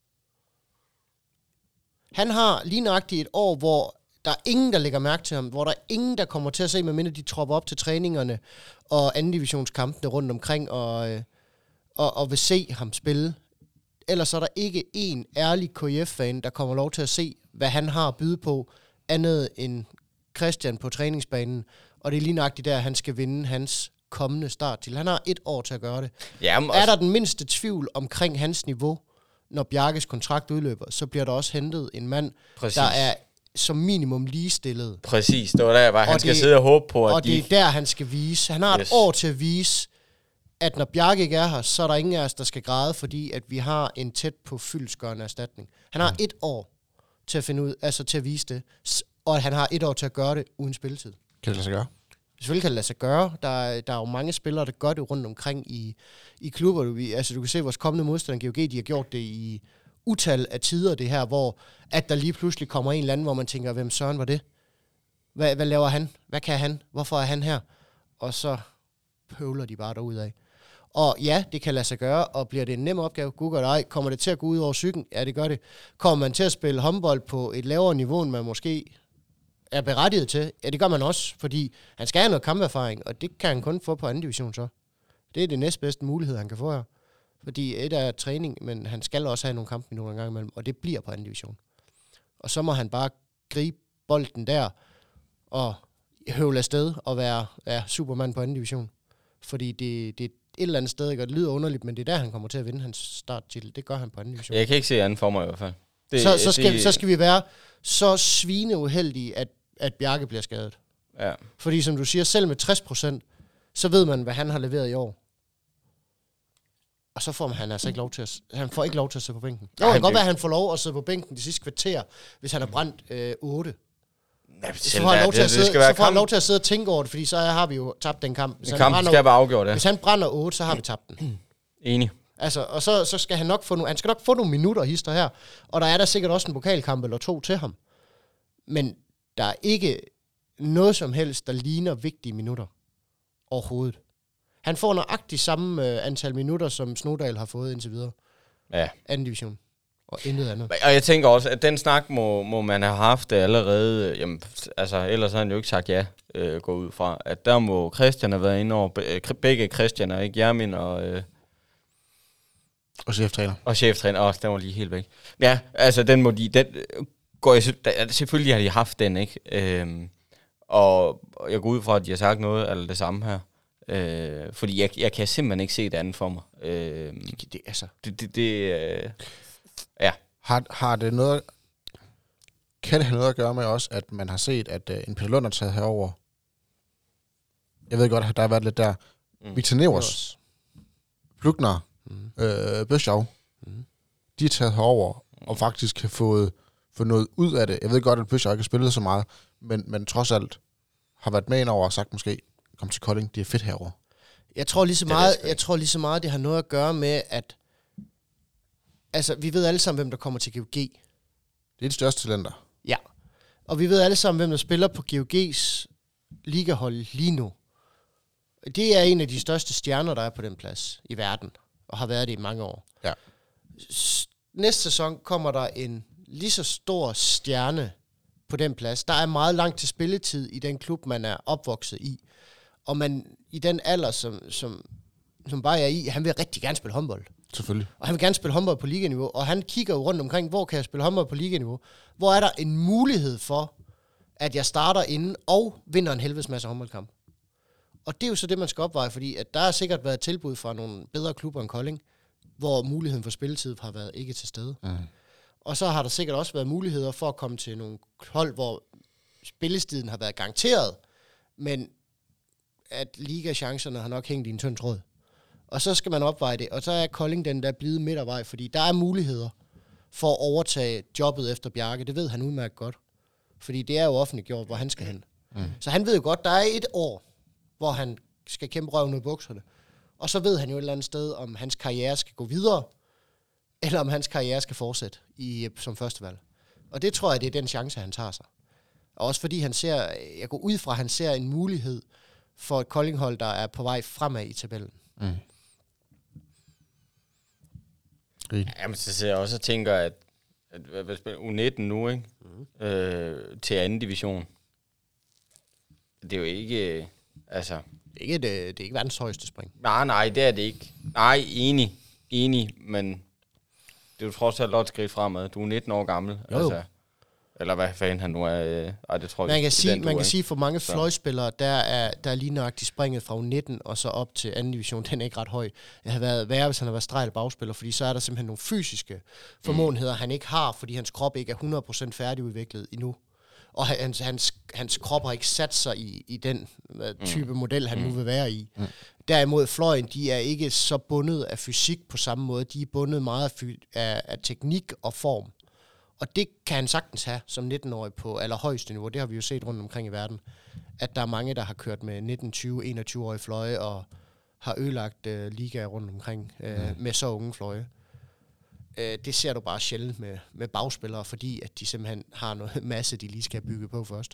Han har lige nøjagtigt et år, hvor der er ingen, der lægger mærke til ham, hvor der er ingen, der kommer til at se, medmindre de tropper op til træningerne og anden divisionskampene rundt omkring og, øh, og, og vil se ham spille. Ellers er der ikke en ærlig K I F-fan, der kommer lov til at se, hvad han har at byde på, andet end Christian på træningsbanen. Og det er lige nøjagtigt der, han skal vinde hans kommende start til. Han har et år til at gøre det. Jamen, Er der den mindste tvivl omkring hans niveau, når Bjarkes kontrakt udløber, så bliver der også hentet en mand, Præcis. der er som minimum ligestillet. Præcis, det var der, jeg var. Han Og skal det- sidde og håbe på, at Og de... det er der, han skal vise. Han har et Yes. år til at vise, at når Bjarke ikke er her, så er der ingen af os, der skal græde, fordi at vi har en tæt på fyldestgørende erstatning. Han har et år til at finde ud, altså til at vise det, s- og at han har et år til at gøre det uden spilletid. Kan det lade sig gøre? Selvfølgelig kan det lade sig gøre. Der er, der er jo mange spillere, der gør det rundt omkring i, i klubber. Du, vi- altså, du kan se, at vores kommende modstander, G O G, de har gjort det i utal af tider, det her, hvor at der lige pludselig kommer en eller anden, hvor man tænker, hvem søren var det? Hvad, hvad laver han? Hvad kan han? Hvorfor er han her? Og så pøvler de bare derudad. Og ja, det kan lade sig gøre, og bliver det en nem opgave? Gud gør det ej. Kommer det til at gå ud over psyken? Ja, det gør det. Kommer man til at spille håndbold på et lavere niveau, end man måske er berettiget til? Ja, det gør man også, fordi han skal have noget kamperfaring, og det kan han kun få på anden division så. Det er det næstbedste mulighed, han kan få her. Fordi et er træning, men han skal også have nogle kampe nogle gange imellem, og det bliver på anden division. Og så må han bare gribe bolden der, og høvle afsted og være ja, supermand på anden division. Fordi det, det er et eller andet sted, ikke? Og det lyder underligt, men det er der, han kommer til at vinde hans starttitel. Det gør han på anden division. Jeg kan ikke se anden for mig i hvert fald. Det, så, så, skal, det, så skal vi være så svineuheldige, at, at Bjarke bliver skadet. Ja. Fordi som du siger, selv med tres procent, så ved man, hvad han har leveret i år. Og så får man, han altså ikke lov til at, han får ikke lov til at sidde på bænken. Jo, det kan godt være, at han får lov at sidde på bænken de sidste kvarter, hvis han har brændt øh, otte. Ja, Så får han lov til at sidde, så får han lov til at sidde og tænke over det, fordi så har vi jo tabt den kamp. Hvis, han Kampen brænder, skal være afgjort, ja. hvis han brænder otte, så har vi tabt den. Enig. Altså, og så, så skal han nok få, no, han skal nok få nogle minutter hister her, og der er der sikkert også en pokalkamp eller to til ham. Men der er ikke noget som helst, der ligner vigtige minutter overhovedet. Han får nøjagtigt samme øh, antal minutter, som Snodal har fået indtil videre. Ja. Anden division. Og intet andet. Og jeg tænker også, at den snak må, må man have haft allerede. Jamen, altså, ellers har han jo ikke sagt ja, øh, gå ud fra. At der må Christian have været inde over, begge Christianer, ikke? Jermin og... Øh, Og cheftræner. Og cheftræner, også, den var lige helt væk. Ja, altså, den må de... Den, går jeg, selvfølgelig har de haft den, ikke? Øhm, og jeg går ud fra, at de har sagt noget eller det samme her. Øh, fordi jeg, jeg kan simpelthen ikke se det andet for mig. Øh, Det, altså. det, det, det øh, ja. Har, har det noget... Kan det have noget at gøre med også, at man har set, at uh, en Peter Lund er taget herover? Jeg ved godt, at der har været lidt der. Mm. Victor Nevers, Plugner, mm. øh, Bøsjov, mm. de er taget herover og faktisk har fået, fået noget ud af det. Jeg ved godt, at Bøsjov ikke har spillet så meget, men, men trods alt har været med ind over og sagt måske, kom til Kolding, det er fedt herover. Jeg tror lige så meget, jeg tror lige så meget, det har noget at gøre med, at altså, vi ved alle sammen, hvem der kommer til G O G. Det er de største talenter. Ja. Og vi ved alle sammen, hvem der spiller på G O G's ligahold lige nu. Det er en af de største stjerner, der er på den plads i verden, og har været det i mange år. Ja. S- næste sæson kommer der en lige så stor stjerne på den plads. Der er meget langt til spilletid i den klub, man er opvokset i. Og man i den alder, som, som, som bare er i, han vil rigtig gerne spille håndbold. Selvfølgelig. Og han vil gerne spille håndbold på liganiveau. Og han kigger jo rundt omkring, hvor kan jeg spille håndbold på liganiveau? Hvor er der en mulighed for, at jeg starter inden og vinder en helvedes masse håndboldkamp? Og det er jo så det, man skal opveje, fordi at der har sikkert været tilbud fra nogle bedre klubber end Kolding, hvor muligheden for spilletid har været ikke til stede. Mm. Og så har der sikkert også været muligheder for at komme til nogle hold, hvor spillestiden har været garanteret, men at ligachancerne har nok hængt i en tynd tråd. Og så skal man opveje det, og så er Kolding den der blevet midtervej, fordi der er muligheder for at overtage jobbet efter Bjarke. Det ved han udmærket godt, fordi det er jo offentliggjort, hvor han skal hen. Mm. Så han ved jo godt, der er et år, hvor han skal kæmpe røven ud af bukserne. Og så ved han jo et eller andet sted, om hans karriere skal gå videre, eller om hans karriere skal fortsætte i, som førstevalg. Og det tror jeg, det er den chance, han tager sig. Og også fordi han ser, jeg går ud fra, at han ser en mulighed for et Koldinghold, der er på vej fremad i tabellen. Mm. Jamen, så ser jeg også og tænker, at, at hvad spiller U nitten nu, ikke? Mm. Øh, til anden division. Det er jo ikke, altså... Det er ikke, det, det er ikke verdens højeste spring. Nej, nej, det er det ikke. Nej, enig, enig, men det er jo trods alt et skridt fremad. Du er nitten år gammel. Jo, jo. Altså, eller hvad fanden han nu er. Øh, ej, det tror man jeg, kan, sige, den, man kan er, sige, for mange fløjspillere, der er, der er lige nøjagtigt springet fra U nitten og så op til anden division. Den er ikke ret høj. Det har været værre, hvis han har været strejl bagspiller, fordi så er der simpelthen nogle fysiske formåenheder, mm. han ikke har, fordi hans krop ikke er hundrede procent færdigudviklet endnu. Og hans, hans, hans krop har ikke sat sig i, i den uh, type mm. model, han mm. nu vil være i. Mm. Derimod fløjen, de er ikke så bundet af fysik på samme måde. De er bundet meget af, af, af teknik og form. Og det kan han sagtens have som nitten-årig på allerhøjeste niveau. Det har vi jo set rundt omkring i verden. At der er mange, der har kørt med nitten, tyve, enogtyve-årige fløje og har ødelagt uh, ligaer rundt omkring uh, mm. med så unge fløje. Uh, det ser du bare sjældent med, med bagspillere, fordi at de simpelthen har noget masse, de lige skal bygge på først.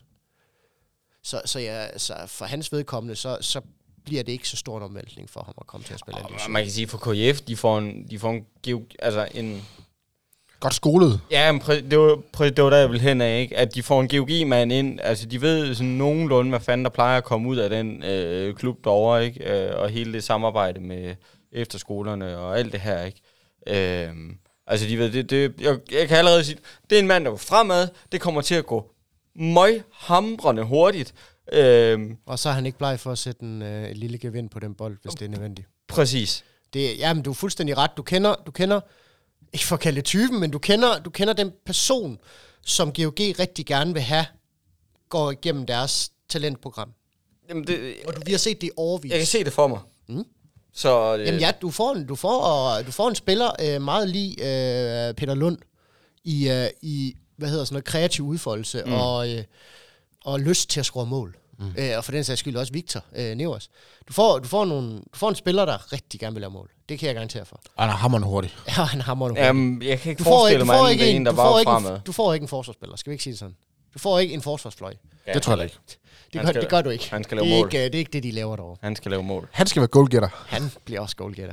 Så, så, ja, så for hans vedkommende, så, så bliver det ikke så stor en omvæltning for ham at komme til at spille. Og man kan sige, for K F, de får en, de får en, altså en godt skolet. Ja, men præ- det, var, præ- det var der, jeg ville hen af, ikke? At de får en G O G-mand ind. Altså, de ved sådan nogenlunde, hvad fanden der plejer at komme ud af den øh, klub derovre, ikke? Øh, og hele det samarbejde med efterskolerne og alt det her, ikke? Øh, altså, de ved, det, det, jeg, jeg kan allerede sige, det er en mand, der går fremad. Det kommer til at gå møghamrende hurtigt. Øh, og så er han ikke bleg for at sætte en øh, lille gevind på den bold, hvis det er nødvendigt. Præcis. Det, jamen, du er fuldstændig ret. Du kender... Du kender ikke for at kalde det typen, men du kender, du kender den person, som G O G rigtig gerne vil have, går igennem deres talentprogram. Jamen det, og du, vi har set det i årevis. Jeg kan se det for mig. Mm. Så, øh, Jamen ja, du får en, du får, du får en spiller øh, meget lige øh, Peter Lund i, øh, i hvad hedder sådan noget, kreativ udfoldelse mm. og, øh, og lyst til at score mål. Mm. Øh, og for den sags skyld også Victor øh, Nevers. Du får, du, får nogle, du får en spiller, der rigtig gerne vil lave mål. Det kan jeg garantere for. Han er hammerende hurtig. Ja, han er hammerende hurtig. Jamen, jeg kan ikke du forestille mig, at det er en, der var fremad. Du får ikke en forsvarsspiller, skal vi ikke sige det sådan? Du får ikke en forsvarsfløj. Ja, det tror jeg ikke. Det gør, skal, det gør du ikke. Han skal lave det er mål. Ikke, det er ikke det, de laver derovre. Han skal lave mål. Han skal være goalgetter. Han bliver også goalgetter.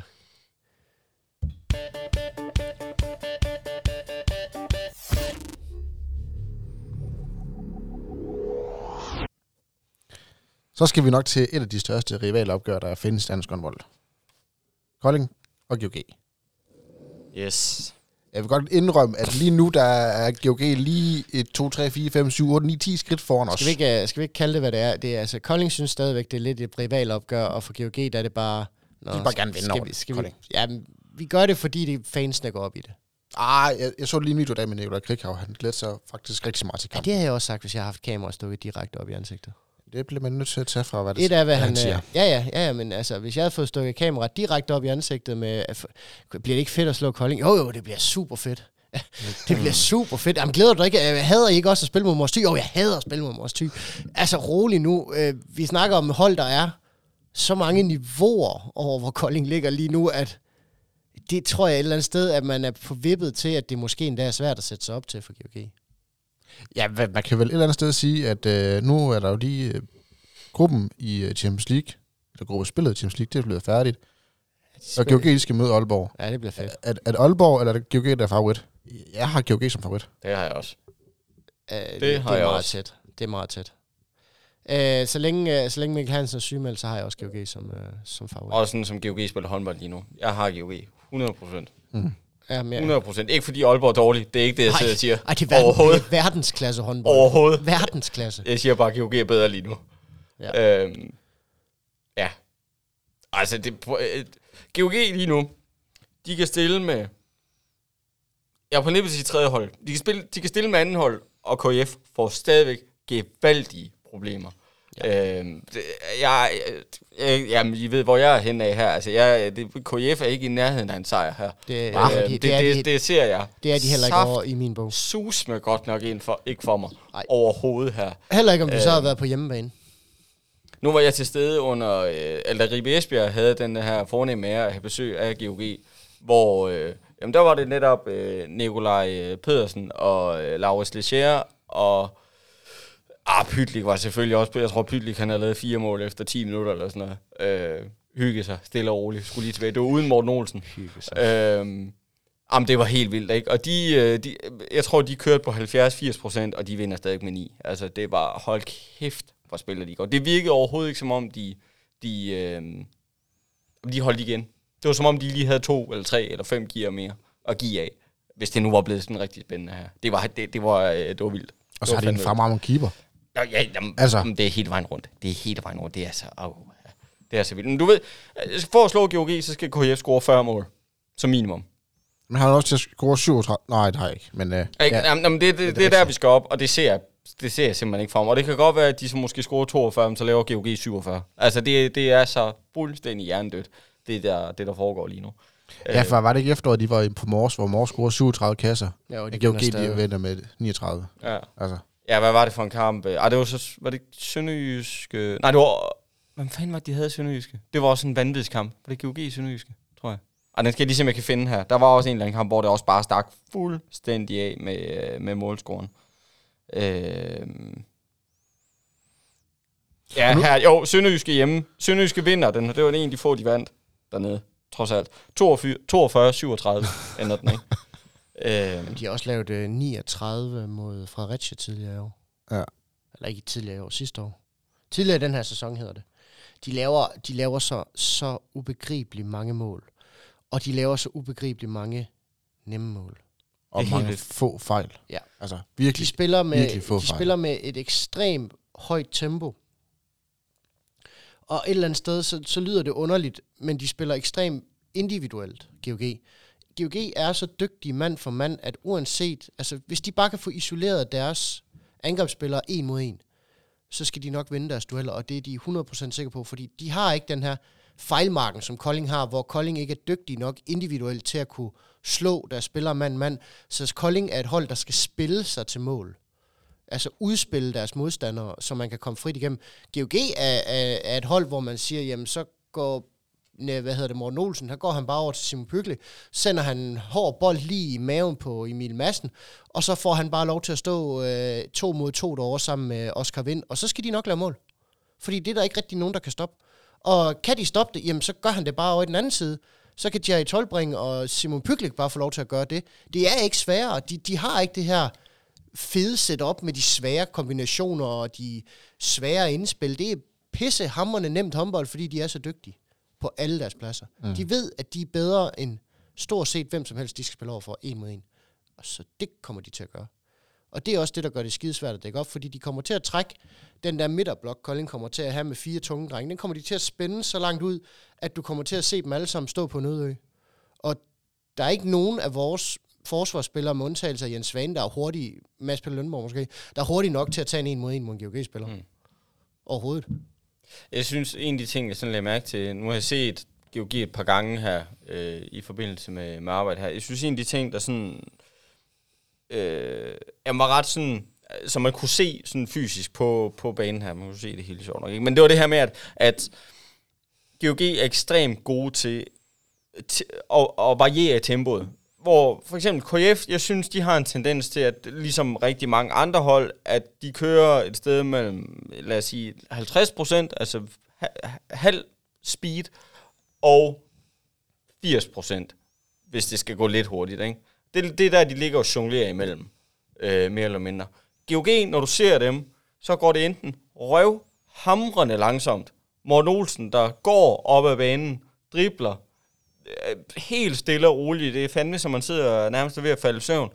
Så skal vi nok til et af de største rivalopgør, der findes i dansk håndbold. Kolding og G O G. Yes. Jeg vil godt indrømme, at lige nu der er G O G lige et, to, tre, fire, fem, syv, otte, ni, ti skridt foran os. Skal vi ikke, skal vi ikke kalde det, hvad det er? Det er altså, Kolding synes stadigvæk, det er lidt et rivalopgør, og for G O G, der er det bare... Nå, de vil bare gerne vinde skal over vi, skal vi, Kolding. Ja, vi gør det, fordi det fansene går op i det. Ah, jeg, jeg så lige en video der med Nikolaj Krikhav. Han glæder sig faktisk rigtig meget til Ja, kampen. det har jeg også sagt, hvis jeg har haft kamera stukket direkte op i ansigtet. Det bliver man nødt til at tage fra, hvad det Et af, hvad han, han siger. Ja, ja, ja, ja, men altså, hvis jeg havde fået stukket kamera direkte op i ansigtet med... Bliver det ikke fedt at slå Kolding? Jo, jo, det bliver super fedt. Det bliver super fedt. Jamen, glæder du dig ikke? Jeg hader ikke også at spille mod Mors Thy? Jo, jeg hader at spille mod Mors Thy. Altså, rolig nu. Vi snakker om hold, der er så mange niveauer over, hvor Kolding ligger lige nu, at det tror jeg et eller andet sted, at man er på vippet til, at det måske endda er svært at sætte sig op til for G O G. Ja, man kan vel et eller andet sted sige, at øh, nu er der jo lige øh, gruppen i øh, Champions League, eller gruppespillet i Champions League, det er blevet færdigt. Og G O G skal møde Aalborg. Ja, det bliver fedt. Er, er det Aalborg, eller er det G O G, der er favorit? Jeg har G O G som favorit. Det har jeg også. Uh, det, det har det er jeg meget også. tæt. Det er meget tæt. Uh, så, længe, uh, så længe Mikkel Hansen er sygemeldt, så har jeg også G O G som, uh, som favorit. Også sådan som G O G spiller håndbold lige nu. Jeg har G O G. hundrede procent. Mm. Ja, men, hundrede procent. Ikke fordi Aalborg er dårlig. Det er ikke det, jeg sidder og siger. Ej, det er, verden, Overhovedet. det er verdensklasse håndbold. Overhovedet. Verdensklasse. Jeg siger bare, at G O G er bedre lige nu. Ja. Øhm, ja. Altså, det, øh, G O G lige nu, de kan stille med... Jeg er på nippet til sit tredje hold. De kan, spille, de kan stille med anden hold, og K F får stadigvæk gevaldige problemer. Ja. Øhm, det, jeg, jeg, jamen, I ved, hvor jeg er henne af her. Altså, jeg, det, K F er ikke i nærheden af en sejr her. Det, øhm, det, det, det, det, er det, de, det ser jeg. det er de heller ikke Saft, over i min bog. sus med godt nok ind for, ikke for mig. Ej. Overhovedet her. Heller ikke, om de så har Øhm, været på hjemmebane. Nu var jeg til stede under, øh, eller Ribe Esbjerg havde den her fornemme ære at have besøg af G O G, hvor, øh, jamen der var det netop øh, Nikolaj Pedersen og øh, Laurits Leger, og ah, Pytlik var selvfølgelig også, jeg tror Pytlik han havde lavet fire mål efter ti minutter eller sådan noget. Øh, hygge sig, stille og roligt, skulle lige tilbage. Det var uden Morten Olsen. Hygge sig. Øh, jamen det var helt vildt, ikke? Og de, øh, de, jeg tror de kørte på halvfjerds til firs procent, og de vinder stadig med ni. Altså det var, hold kæft, hvor spiller de godt. Det virkede overhovedet ikke som om, de, de, øh, de holdt igen. Det var som om, de lige havde to eller tre eller fem gear mere at give af, hvis det nu var blevet sådan rigtig spændende her. Det var, det, det var, øh, det var vildt. Og så har de en fremragende keeper. Ja, ja jamen, Altså. altså. Det er helt vejen rundt. Det er helt vejen rundt. Det er så, oh, ja. Det er så vildt. Men du ved, for at slå G O G, så skal K F score fyrre mål. Som minimum. Men har han også til at score syvogtredive? Nej, det har jeg ikke. Men, øh, Ikke? ja. Jamen, det, det, det, det er der, vi skal op, og det ser jeg, det ser jeg simpelthen ikke for mig. Og det kan godt være, at de så måske scorer toogfyrre, men så laver G O G syvogfyrre. Altså, det, det er så fuldstændig hjernedødt, det der, det der foregår lige nu. Ja, for var det ikke efteråret, de var på Mors, hvor Mors scorede syvogtredive kasser? Ja, og de Og G O G, vinder de stadig. vinder med niogtredive. Ja. Altså. Ja, hvad var det for en kamp? Ej, det var så, var det Sønderjyske? Nej, det var, hvad fanden var det, de havde i Sønderjyske? Det var også en vanvidskamp. Var det G O G i Sønderjyske, tror jeg? Ej, den skal jeg lige se, om jeg kan finde her. Der var også en eller anden kamp, hvor det også bare stak fuldstændig af med, med målscoren. Øh... Ja, her, jo, Sønderjyske hjemme. Sønderjyske vinder den, det var en, de få, de vandt dernede, trods alt. toogfyrre syvogtredive ender den, ikke? øh, De har også lavet øh, niogtredive mod Fredericia tidligere i år. Ja. Eller ikke tidligere i år, sidste år. Tidligere i den her sæson hedder det. De laver, de laver så, så ubegribeligt mange mål. Og de laver så ubegribeligt mange nemme mål. Og Det er helt mange vildt. få fejl. Ja. Altså, De virkelig. spiller med, virkelig få de fejl. spiller med et ekstremt højt tempo. Og et eller andet sted, så, så lyder det underligt, men de spiller ekstremt individuelt, G O G. G O G er så dygtige mand for mand, at uanset, altså hvis de bare kan få isoleret deres angrebsspillere en mod en, så skal de nok vinde deres dueller, og det er de hundrede procent sikre på, fordi de har ikke den her fejlmarken, som Kolding har, hvor Kolding ikke er dygtig nok individuelt til at kunne slå deres spillere mand-mand. Så Kolding er et hold, der skal spille sig til mål. Altså udspille deres modstandere, så man kan komme frit igennem. G O G er, er, er et hold, hvor man siger, jamen så går hvad hedder det, Morten Olsen, her går han bare over til Simon Pytlik, sender han en hård bold lige i maven på Emil Madsen, og så får han bare lov til at stå øh, to mod to derovre sammen med Oscar Vind, og så skal de nok lave mål. Fordi det er der ikke rigtig nogen, der kan stoppe. Og kan de stoppe det, jamen så gør han det bare over i den anden side. Så kan Jerry Tolbring og Simon Pytlik bare få lov til at gøre det. Det er ikke sværere. De, de har ikke det her fede setup med de svære kombinationer og de svære indspil. Det er pisse hamrende nemt håndbold, fordi de er så dygtige på alle deres pladser. Mm. De ved, at de er bedre end stort set hvem som helst, de skal spille over for en mod en. Og så det kommer de til at gøre. Og det er også det, der gør det skidesvært at dække op, fordi de kommer til at trække den der midterblok, Kolding kommer til at have med fire tunge drenge. Den kommer de til at spænde så langt ud, at du kommer til at se dem alle sammen stå på Nødø. Og der er ikke nogen af vores forsvarsspillere, med undtagelse af Jens Svane, der er hurtig, Mads Pelle Lønborg måske, der er hurtig nok til at tage en en mod en mod en G O G-spiller. Mm. Overhovedet. Jeg synes, en af de ting, jeg sådan lagde mærke til, nu har jeg set G O G et par gange her, øh, i forbindelse med, med arbejde her. Jeg synes, en af de ting, der sådan, øh, jeg var ret sådan, som man kunne se sådan fysisk på, på banen her, man kunne se det helt sjovt nok, ikke? Men det var det her med, at, at G O G er ekstremt gode til, til at, at variere tempoet. Hvor for eksempel K F, jeg synes, de har en tendens til, at ligesom rigtig mange andre hold, at de kører et sted mellem, lad os sige, halvtreds procent, altså halv speed, og firs procent, hvis det skal gå lidt hurtigt, ikke? Det, det er der, de ligger og jonglerer imellem, øh, mere eller mindre. G O G, når du ser dem, så går det enten røvhamrende langsomt. Morten Olsen, der går op ad banen, dribler, helt stille og roligt. Det er fandme, som man sidder nærmest ved at falde i søvn.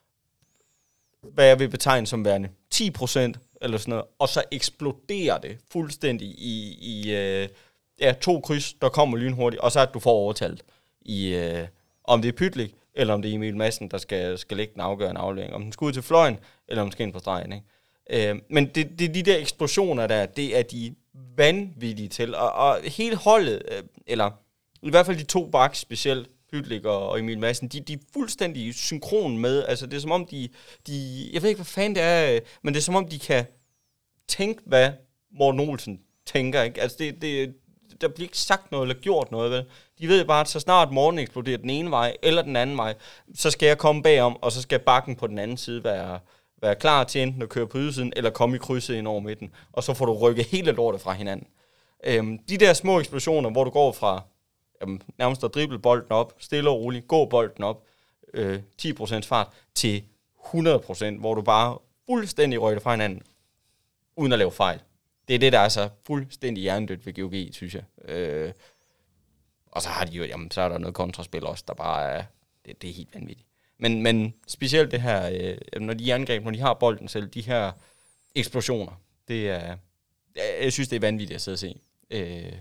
Hvad jeg vil betegne som værende ti procent eller sådan noget. Og så eksploderer det fuldstændig i, i øh, ja, to kryds, der kommer lynhurtigt, og så at du får overtalt i, øh, om det er Pytlik, eller om det er Emil Madsen, der skal, skal lægge den afgørende aflevering. Om den skal ud til fløjen, eller om den skal ind på stregen. Ikke? Øh, men det, det er de der eksplosioner der, det er de vanvittige til. Og, og hele holdet, øh, eller i hvert fald de to backs, specielt Pytlik og, og Emil Madsen, de, de er fuldstændig synkron med. Altså det er som om de, de, jeg ved ikke hvad fanden det er, men det er som om de kan tænke, hvad Morten Olsen tænker. Ikke? Altså det, det, der bliver ikke sagt noget eller gjort noget, vel? De ved bare, at så snart morgen eksploderer den ene vej eller den anden vej, så skal jeg komme bagom, og så skal bakken på den anden side være, være klar til enten at køre på ydersiden, eller komme i krydset ind over midten, og så får du rykket hele lortet fra hinanden. Øhm, de der små eksplosioner, hvor du går fra jamen, nærmest at drible bolden op, stille og roligt, gå bolden op, øh, ti procent fart, til hundrede procent, hvor du bare fuldstændig rykker fra hinanden, uden at lave fejl. Det er det, der er så fuldstændig hjernedødt ved G O G, synes jeg. Øh, og så har de jo, jamen, så er der noget kontraspil også, der bare er, det, det er helt vanvittigt. Men, men specielt det her, øh, når de angreb, når de har bolden selv, de her eksplosioner, det er, jeg synes, det er vanvittigt at sidde og se, øh,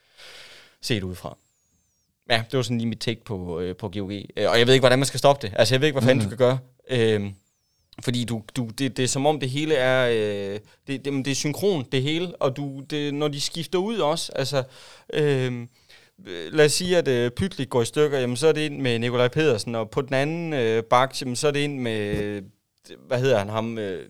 se det udefra. Ja, det var sådan lige mit take på, øh, på G O G. Og jeg ved ikke, hvordan man skal stoppe det. Altså, jeg ved ikke, hvad fanden mm-hmm. du skal gøre. Øh, fordi du, du, det, det er som om, det hele er... Øh, det, det, det er synkron, det hele. Og du, det, når de skifter ud også... Altså, øh, lad os sige, at øh, Pytlik går i stykker, jamen, så er det ind med Nikolaj Pedersen. Og på den anden øh, bak, jamen, så er det ind med... Hvad hedder han? Ham... Øh,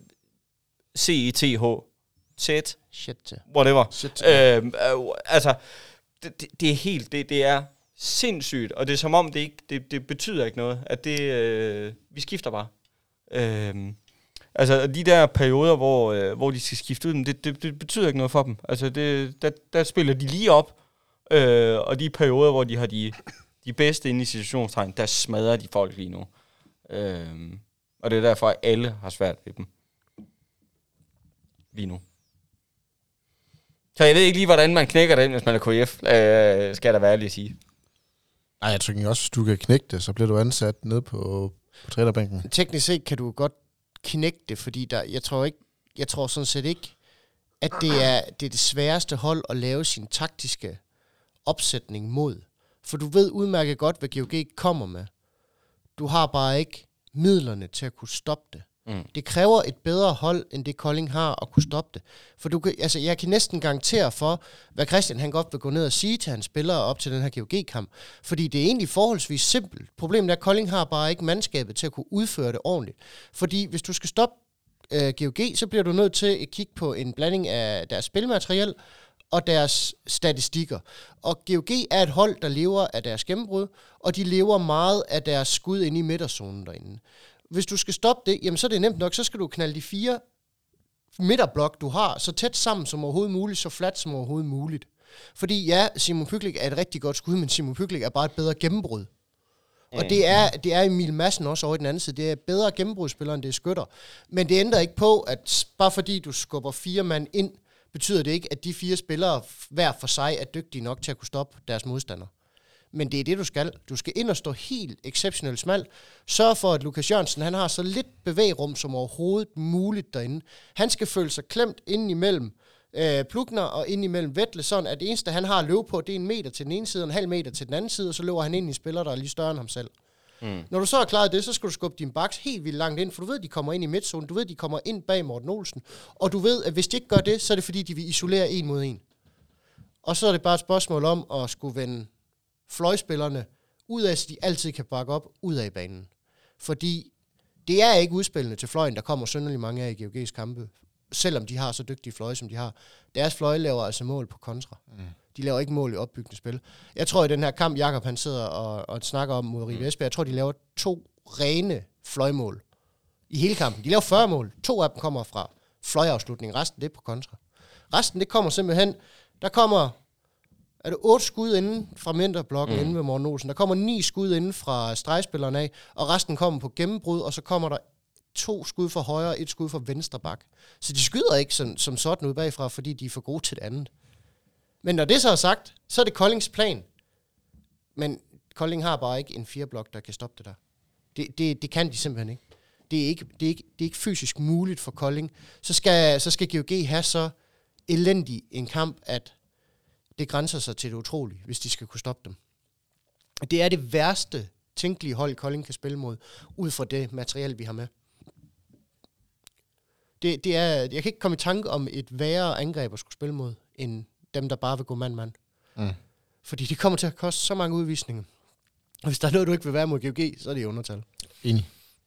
C E T H. Shit. Shit. Whatever. Shit. Øh, øh, altså, det, det, det er helt... Det, det er... sindssygt, og det er som om, det ikke det, det betyder ikke noget, at det, øh, vi skifter bare. Øh, altså, de der perioder, hvor, øh, hvor de skal skifte ud, det, det, det betyder ikke noget for dem. Altså, det, der, der spiller de lige op, øh, og de perioder, hvor de har de, de bedste inde i situationstegn, der smadrer de folk lige nu. Øh, og det er derfor, at alle har svært ved dem. Lige nu. Så jeg ved ikke lige, hvordan man knækker den, hvis man er K F, øh, skal jeg da være ærlig at sige. Nej, jeg tror også, hvis du kan knække det, så bliver du ansat nede på, på trænerbænken. Teknisk set kan du godt knække det, fordi der, jeg tror ikke, jeg tror sådan set ikke, at det er, det er det sværeste hold at lave sin taktiske opsætning mod. For du ved udmærket godt, hvad G O G kommer med. Du har bare ikke midlerne til at kunne stoppe det. Mm. Det kræver et bedre hold, end det Kolding har at kunne stoppe det. For du kan, altså, jeg kan næsten garantere for, hvad Christian han godt vil gå ned og sige til hans spillere op til den her G O G-kamp. Fordi det er egentlig forholdsvis simpelt. Problemet er, at Kolding har bare ikke mandskabet til at kunne udføre det ordentligt. Fordi hvis du skal stoppe øh, G O G, så bliver du nødt til at kigge på en blanding af deres spilmateriel, og deres statistikker. Og G O G er et hold, der lever af deres gennembrud, og de lever meget af deres skud inde i midterzonen derinde. Hvis du skal stoppe det, jamen så er det nemt nok, så skal du knalde de fire midterblok, du har, så tæt sammen som overhovedet muligt, så fladt som overhovedet muligt. Fordi ja, Simon Pyglik er et rigtig godt skud, men Simon Pyglik er bare et bedre gennembrud. Mm. Og det er, det er Emil Madsen også over i den anden side. Det er bedre gennembrudspiller, end det er skytter. Men det ændrer ikke på, at bare fordi du skubber fire mand ind, betyder det ikke, at de fire spillere hver for sig er dygtige nok til at kunne stoppe deres modstander. Men det er det, du skal. Du skal ind og stå helt exceptionelt smal. Sørg for, at Lukas Jørgensen han har så lidt bevægrum som overhovedet muligt derinde. Han skal føle sig klemt ind imellem øh, Plugner og ind imellem Vettle, sådan at det eneste, han har at løbe på, det er en meter til den ene side og en halv meter til den anden side, og så løber han ind i spillere, der er lige større end ham selv. Mm. Når du så har klaret det, så skal du skubbe din backs helt vildt langt ind, for du ved, at de kommer ind i midtzonen, du ved, at de kommer ind bag Morten Olsen, og du ved, at hvis de ikke gør det, så er det fordi, de vil isolere en mod en. Og så er det bare et spørgsmål om at skulle vende fløjspillerne ud af, så de altid kan bakke op ud af banen. Fordi det er ikke udspillende til fløjen, der kommer synderligt mange af i G O G's kampe, selvom de har så dygtige fløje, som de har. Deres fløje laver altså mål på kontra. Mm. De laver ikke mål i opbyggende spil. Jeg tror, i den her kamp, Jakob han sidder og, og snakker om mod Ribe Esbjerg, jeg tror, de laver to rene fløjmål i hele kampen. De laver fyrre mål. To af dem kommer fra fløjafslutning. Resten, det er på kontra. Resten, det kommer simpelthen, der kommer, er det otte skud inden fra midterblokken mm. inden ved Morten Olsen. Der kommer ni skud inden fra stregspilleren af, og resten kommer på gennembrud, og så kommer der to skud fra højre og et skud fra venstre bak. Så de skyder ikke som, som sådan ud bagfra, fordi de er for gode til det andet. Men når det så er sagt, så er det Koldings plan. Men Kolding har bare ikke en fireblok, der kan stoppe det der. Det, det, det kan de simpelthen ikke. Det er ikke, det er ikke, det er ikke fysisk muligt for Kolding. Så skal, så skal G O G have så elendig en kamp, at det grænser sig til det utrolige, hvis de skal kunne stoppe dem. Det er det værste tænkelige hold, Kolding kan spille mod, ud fra det materiale, vi har med. Det, det er, jeg kan ikke komme i tanke om et værre angreb at skulle spille mod, end dem, der bare vil gå mand-mand. Mm. Fordi det kommer til at koste så mange udvisninger. Og hvis der er noget, du ikke vil være mod G O G, så er det i undertal. Enig.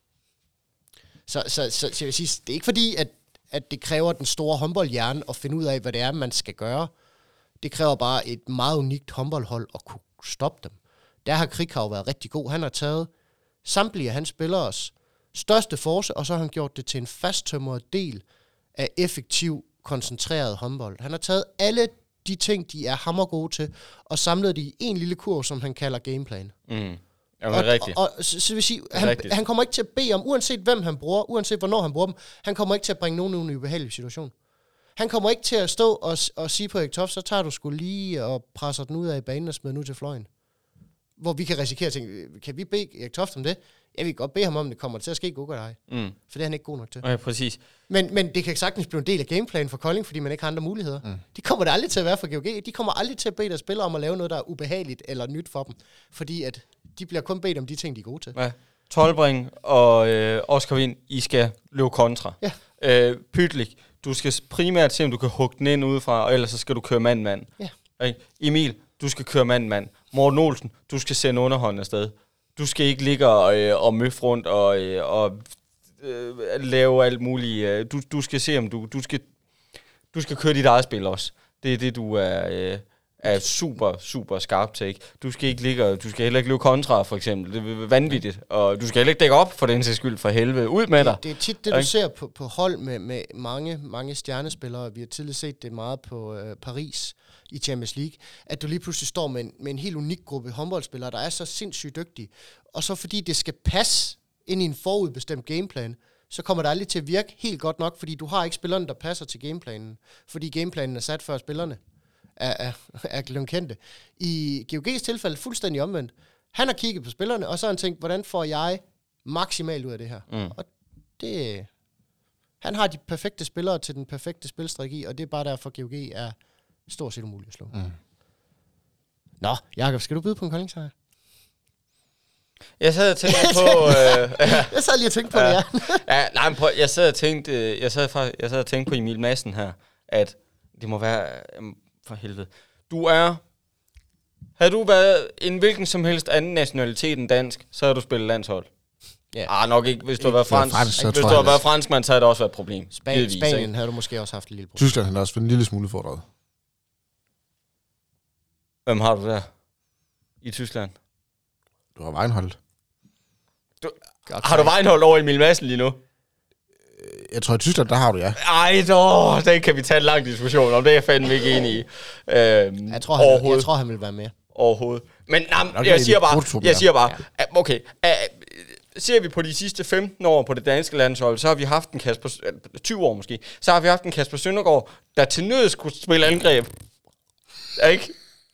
Så, så, så, så jeg vil sige, det er ikke fordi, at, at det kræver den store håndboldhjerne at finde ud af, hvad det er, man skal gøre. Det kræver bare et meget unikt håndboldhold at kunne stoppe dem. Der har Krikau været rigtig god. Han har taget samtlige af hans spilleres største force, og så har han gjort det til en fasttømret del af effektiv, koncentreret håndbold. Han har taget alle de ting, de er hammergode til, og samlet det i en lille kurv, som han kalder gameplan. Mm. Ja, og, rigtigt. Og, og så, så vil sige, han, han kommer ikke til at bede om, uanset hvem han bruger, uanset hvornår han bruger dem, han kommer ikke til at bringe nogen ud i en ubehagelig situation. Han kommer ikke til at stå og, og sige på Erik Toft, så tager du sgu lige og presser den ud af banen og smider den ud til fløjen. Hvor vi kan risikere at tænke, kan vi bede Erik Toft om det? Jeg vil godt bede ham om, det kommer til at ske god dig. Mm. For det er han ikke god nok til. Ja, præcis. Men, men det kan sagtens blive en del af gameplanen for Kolding, fordi man ikke har andre muligheder. Mm. De kommer det aldrig til at være for G O G. De kommer aldrig til at bede deres spillere om at lave noget, der er ubehageligt eller nyt for dem. Fordi at de bliver kun bedt om de ting, de er gode til. Ja. Tolbring og øh, Oscar Wind, I skal løbe kontra. Ja. Øh, Pytlik, du skal primært se, om du kan hugge den ind udefra, og ellers så skal du køre mand-mand. Ja. Okay. Emil, du skal køre mand-mand. Morten Olsen, du skal sende underhånden afsted. Du skal ikke ligge og, øh, og møffe rundt og, øh, og øh, lave alt muligt. Øh. Du, du skal se, om du, du, skal, du skal køre dit eget spil også. Det er det, du er, øh, er super, super skarp til. Ikke? Du skal ikke ligge, du skal heller ikke løbe kontra, for eksempel. Det er vanvittigt. Og du skal heller ikke dække op for den sags skyld, for helvede. Ud med dig. Det, det er tit det, du okay. ser på, på hold med, med mange, mange stjernespillere. Vi har tidligere set det meget på øh, Paris i Champions League, at du lige pludselig står med en, med en helt unik gruppe håndboldspillere, der er så sindssygt dygtige. Og så fordi det skal passe ind i en forudbestemt gameplan, så kommer det aldrig til at virke helt godt nok, fordi du har ikke spillerne, der passer til gameplanen. Fordi gameplanen er sat før spillerne er, er, er blevet kendte. I G O G's tilfælde fuldstændig omvendt. Han har kigget på spillerne, og så har han tænkt, hvordan får jeg maksimalt ud af det her? Mm. Og det... Han har de perfekte spillere til den perfekte spilstrategi, og det er bare derfor, G O G er stort set umuligt at slå. Mm. Nå, Jakob, skal du byde på en Kolding-sejr? Jeg sad og tænkte på... Øh, jeg sad lige og tænkte på ja, det, ja. ja nej, prøv, jeg sad og tænkte, jeg sad, faktisk, jeg sad og tænkte på Emil Madsen her, at det må være... Jamen, for helvede. Du er... Havde du været en hvilken som helst anden nationalitet end dansk, så havde du spillet landshold. Ja. Ah, nok ikke. Hvis du har været fransk, fransk hvis du har været franskmand, så havde det også været et problem. Spanien, Spanien havde du måske også haft et lille problem. Tyskland havde også været en lille smule fordret. Hvem har du der? I Tyskland? Du har Weinhold. Du, har du Weinhold over Emil Madsen lige nu? Jeg tror, i Tyskland, der har du, ja. Ej, då, den kan vi tage en lang diskussion om. Det er jeg fandme ikke enig i. Øhm, jeg, tror, han, jeg tror, han vil være med. Overhovedet. Men nej, jeg, siger bare, jeg siger bare, ja. okay, uh, ser vi på de sidste femten år på det danske landshold, så har vi haft en Kasper, tyve år måske, så har vi haft en Kasper Søndergaard, der til nød skulle spille angreb. Ikke?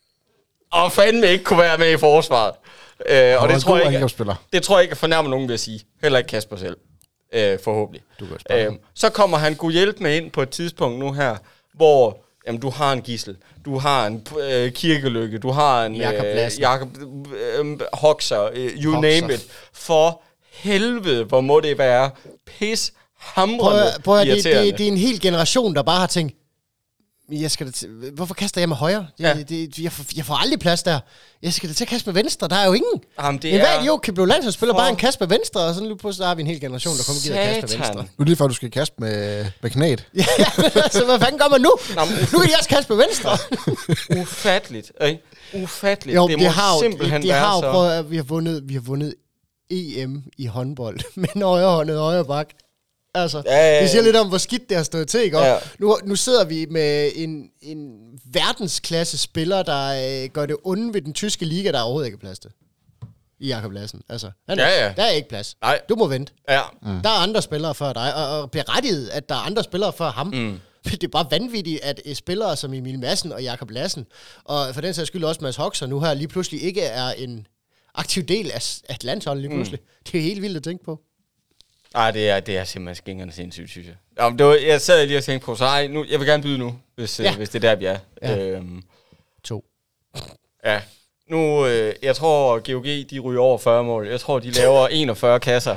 Og fandme ikke kunne være med i forsvaret. Uh, og det tror, jeg ikke, det tror jeg ikke fornærmer nogen ved at sige. Heller ikke Kasper selv. Uh, forhåbentlig. Du kan uh, så kommer han kunne hjælpe med ind på et tidspunkt nu her, hvor jamen, du har en Gissel, du har en øh, Kirkelykke, du har en Jakob øh, Jakob øh, Hoxer, øh, you Hoxer. Name it. For helvede, hvor må det være pis hamrende irriterende. Det, det, det er en hel generation, der bare har tænkt, jeg skal da t- hvorfor kaster jeg med højre? Det, ja. det, jeg, får, jeg får aldrig plads der. Jeg skal da til at kaste med venstre, der er jo ingen. Jamen, det en hver er jo kan blive landsholdsspiller, bare en kast med venstre, og sådan lige pludselig har vi en hel generation, der kommer og gider at kaste med venstre. Nu lige før, du skal kaste med, med knæet. Ja, så hvad fanden gør man nu? Nå, nu kan de også kaste med venstre. Ufatteligt, ikke? Ufatteligt. Jo, det må har simpelthen det, det har så. Prøvet, at vi har vundet, vi har vundet E M i håndbold med en højrehåndet højre bak. Altså, ja, ja, ja. Det siger lidt om, hvor skidt det har stået til, ikke? Ja. Nu, nu sidder vi med en, en verdensklasse spiller, der øh, gør det onde ved den tyske liga, der overhovedet ikke er plads til. I Jakob Lassen. Altså, han, ja, ja. Der er ikke plads. Nej. Du må vente. Ja. Mm. Der er andre spillere før dig, og, og berettiget, at der er andre spillere før ham. Mm. Det er bare vanvittigt, at spillere som Emil Madsen og Jakob Lassen, og for den sags skyld også Mads Hoxer, nu her lige pludselig ikke er en aktiv del af, af landsholdet lige pludselig. Mm. Det er helt vildt at tænke på. Nej, det er, det er simpelthen skængerne sindssygt, synes jeg. Jamen, det var, jeg sad lige og tænkte på, så ej, nu, jeg vil gerne byde nu, hvis, ja. øh, hvis det er der, vi er. Ja. Øhm, to. Ja. Nu, øh, jeg tror, G O G, de ryger over fyrre mål. Jeg tror, de laver enogfyrre kasser.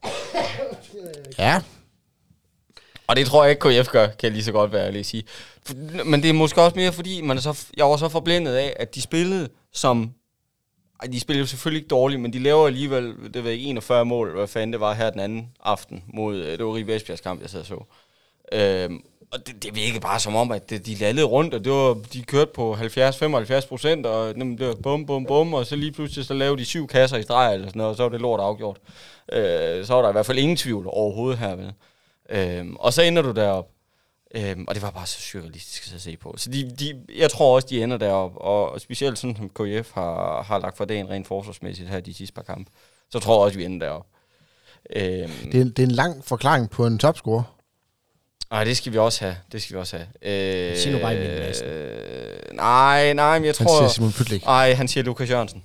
Ja. Og det tror jeg ikke, K F gør, kan jeg lige så godt være ærlig at sige. Men det er måske også mere, fordi man er så, jeg var så forblændet af, at de spillede som... Ej, de spillede jo selvfølgelig ikke dårligt, men de laver alligevel, det var ikke enogfyrre mål, hvad fanden det var her den anden aften mod, det var Ribe Esbjergs kamp, jeg sad og så. Øhm, og det, det virkede bare som om, at det, de lallede rundt, og det var, de kørte på halvfjerds til femoghalvfjerds procent, og det var bum, bum, bum, og så lige pludselig så lavede de syv kasser i streg, eller sådan noget, og så var det lort afgjort. Øh, så var der i hvert fald ingen tvivl overhovedet herved. Øhm, og så ender du derop. Øhm, og det var bare så surrealistisk at se på. Så de, de, jeg tror også, de ender derop, og specielt sådan som K F har, har lagt for dagen rent forsvarsmæssigt her de sidste par kampe, så tror jeg også, vi ender derop. Øhm, det, er, det er en lang forklaring på en topscorer. Nej, det skal vi også have. Det skal vi også have. Øh, Sig nu bare Emil Madsen. Øh, nej, nej, men jeg han tror... Han siger Simon Pytlik. Nej, han siger Lukas Jørgensen.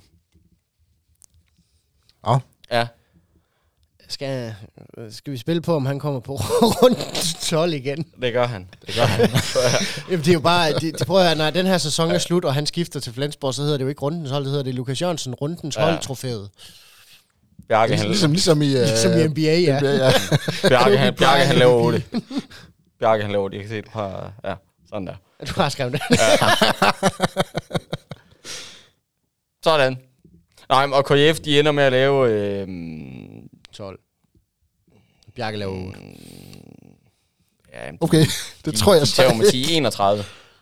Ja. Ja. Skal, skal vi spille på, om han kommer på rundt tolv igen? Det gør han. Det gør han. Jamen, det er jo bare, det, det prøver jeg, når den her sæson er slut, og han skifter til Flensborg, så hedder det jo ikke rundens hold, det hedder det Lukas Jørgensen, rundens ja. hold-trofæet. Bjarke, han ligesom, ligesom, i, uh, ligesom i N B A, ja. N B A, ja. Bjarke, han, Bjarke, han laver otte. Bjarke, han laver otte. Jeg kan se, du har... Ja, sådan der. Du har skrevet det. Ja. Sådan. Nej, og K F, de ender med at lave... Øh, tolv. Bjarke laver otte. Ja, de, okay, det de, tror jeg de så tager med sige enogtredive.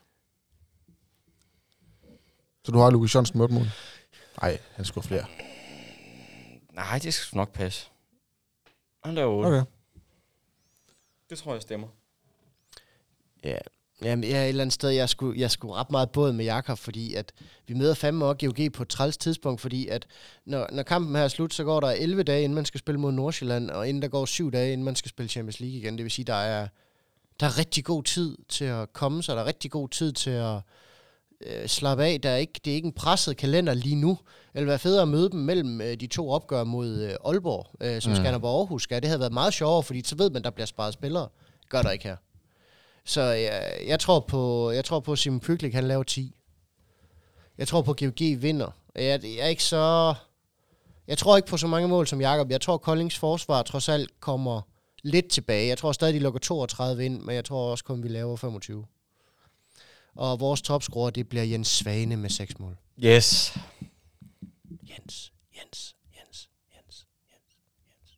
Så du har Lukas Jørgensen med otte mål? Nej, han skulle flere. Nej, det skal nok passe. Han laver otte. Okay. Det tror jeg stemmer. Ja, jamen, jeg er et eller andet sted, jeg skulle, jeg skulle ret meget båd med Jakob, fordi at vi møder fandme også G O G på et træls tidspunkt, fordi at når, når kampen her er slut, så går der elleve dage, inden man skal spille mod Nordsjælland, og inden der går syv dage, inden man skal spille Champions League igen. Det vil sige, der er, der er rigtig god tid til at komme sig, der er rigtig god tid til at øh, slappe af. Der er ikke, det er ikke en presset kalender lige nu. Eller være federe at møde dem mellem øh, de to opgør mod øh, Aalborg, øh, som mm. Skanderborg Aarhus skal. Det havde været meget sjovere, fordi så ved man, der bliver sparet spillere. Gør der ikke her. Så jeg, jeg tror på, jeg tror på at Simon Pytlik, han laver ti. Jeg tror på at G O G vinder. Jeg, jeg er ikke så... Jeg tror ikke på så mange mål som Jakob. Jeg tror, Koldings forsvar trods alt kommer lidt tilbage. Jeg tror stadig, de lukker toogtredive ind, men jeg tror også kun, vi laver femogtyve. Og vores topscorer, det bliver Jens Svane med seks mål. Yes. Jens, Jens, Jens, Jens, Jens, Jens,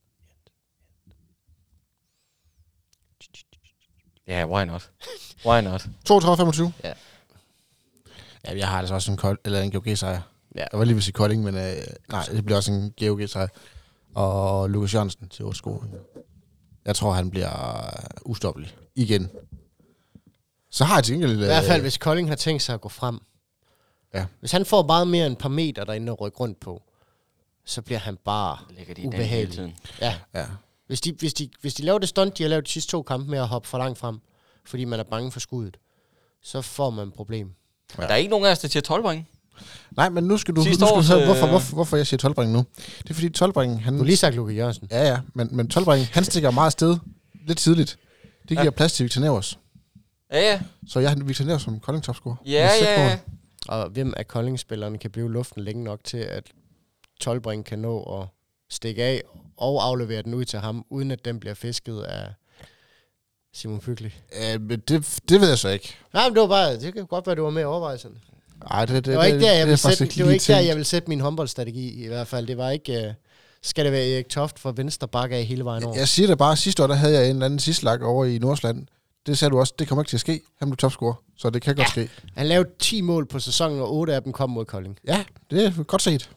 Jens. Ja, yeah, why not? Why not? toogtredive femogtyve? Ja. Ja, jeg har altså også en, kold, eller en G O G-sejr. Ja. Jeg var lige ved at sige Kolding, men øh, nej, det bliver også en G O G-sejr. Og Lukas Jørgensen til otte score. Jeg tror, han bliver ustoppelig igen. Så har jeg til gengæld... I hvert fald, hvis Kolding har tænkt sig at gå frem. Ja. Hvis han får meget mere end et par meter derinde at rykke rundt på, så bliver han bare ubehagelig. Ja. ja. Hvis de, hvis, de, hvis de laver det stunt, de har lavet de sidste to kampe med at hoppe for langt frem, fordi man er bange for skuddet, så får man et problem. Ja. Der er ikke nogen af os, der siger tolv point. Nej, men nu skal du, nu Sidste skal du høre, års, hvorfor, øh... hvorfor, hvorfor jeg siger Tolbring nu. Det er fordi Tolbring, han... Du har lige sagt Lukas Jørgensen. Ja, ja, men, men Tolbring, han stikker meget sted lidt tidligt. Det giver ja. plads til Victor Nevers. Ja, ja. Så jeg har Victor Nevers som Kolding topscorer. Ja, ja, ja. Og hvem af Kolding-spillerne kan blive luften længe nok til, at Tolbring kan nå at stikke af og aflevere den ud til ham, uden at den bliver fisket af Simon Pygli? Øh, men det, det ved jeg så ikke. Nej, men det var bare, det kan godt være, det var med overvejelserne. Nej, det, det, det var ikke der, jeg ville sætte, ikke det var ikke der, jeg ville sætte min håndboldstrategi i hvert fald. Det var ikke, uh, skal det være Erik Toft for venstre bakke af hele vejen over? Jeg siger det bare, sidste år, der havde jeg en eller anden sidslag over i Nordsjælland. Det sagde du også, det kommer ikke til at ske. Han blev topscorer, så det kan godt ja. ske. Han lavede ti mål på sæsonen, og otte af dem kom mod Kolding. Ja, det er godt set.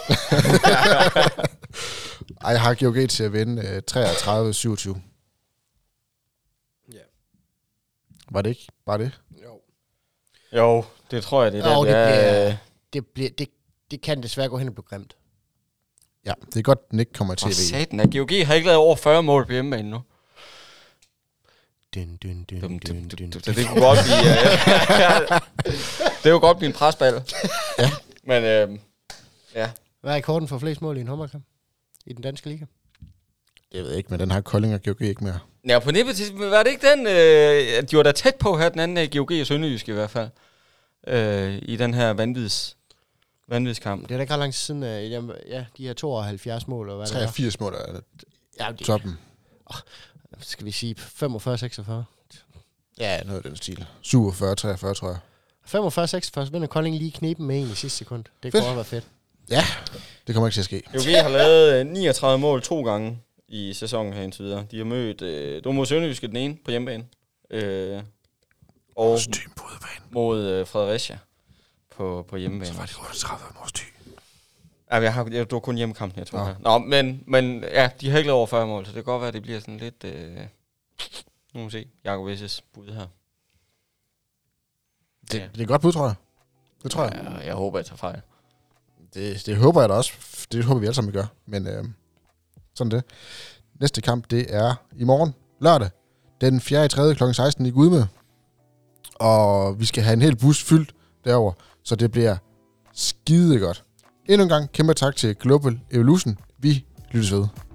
Ej, jeg har G O G til at vinde uh, treogtredive syvogtyve. Ja. Var det ikke bare det? Jo. Jo, det tror jeg, det er jo, der. Det, bliver, bliver, det, bliver, det, det kan desværre gå hen og blive grimt. Ja, det er godt, den ikke kommer til Åh, T V. satan, at G O G har ikke lavet over fyrre mål på hjemmebane nu. Dun, dun, dun, Dum, dun, dum, dum, dun. dum. Så det kunne godt blive... Uh, det kunne godt blive en presball. Ja. Men øh, ja. Hvad er rekorden for flest mål i en håndboldkamp i den danske liga? Jeg ved ikke, men den har Kolding og G O G ikke mere. Ja, på nippet til, var det ikke den, øh, de var da tæt på her, den anden G O G og Sønderjysk i hvert fald, øh, i den her vanvids, vanvidskamp. Det er da ikke ret lang tid siden, øh, jamen, ja, de her tooghalvfjerds mål, og hvad treogfirs det er. mål er Ja, det, toppen. oh, skal vi sige femogfyrre seksogfyrre? Ja, noget af den stil. syvogfyrre treogfyrre, tror jeg. femogfyrre seksogfyrre, så vinder Kolding lige kniben med en i sidste sekund. Det kunne også være fedt. Ja, det kommer ikke til at ske. G O G har lavet niogtredive mål to gange i sæsonen her indtil videre. De har mødt, øh, det var mod Sønderjyske den ene på hjemmebane, øh, og mod øh, Fredericia på, på hjemmebane. Så var det otteogtredive mod Sty. Ja, jeg har, jeg, det var kun hjemmekampen, jeg tror. Ja. Nå, men, men ja, de har ikke lavet over fyrre mål, så det kan godt være, at det bliver sådan lidt... Øh, nu må vi se, Jakob Visses bud her. Det, ja. det er godt bud, tror jeg. Det tror jeg. Ja, jeg håber, jeg tager fejl. Det, det håber jeg da også. Det håber vi alle sammen, vi gør. Men øh, sådan det. Næste kamp, det er i morgen, lørdag, den fjerde i tredje klokken seksten i Gudme. Og vi skal have en hel bus fyldt derover, så det bliver skide godt. Endnu en gang kæmpe tak til Global Evolution. Vi lyttes ved.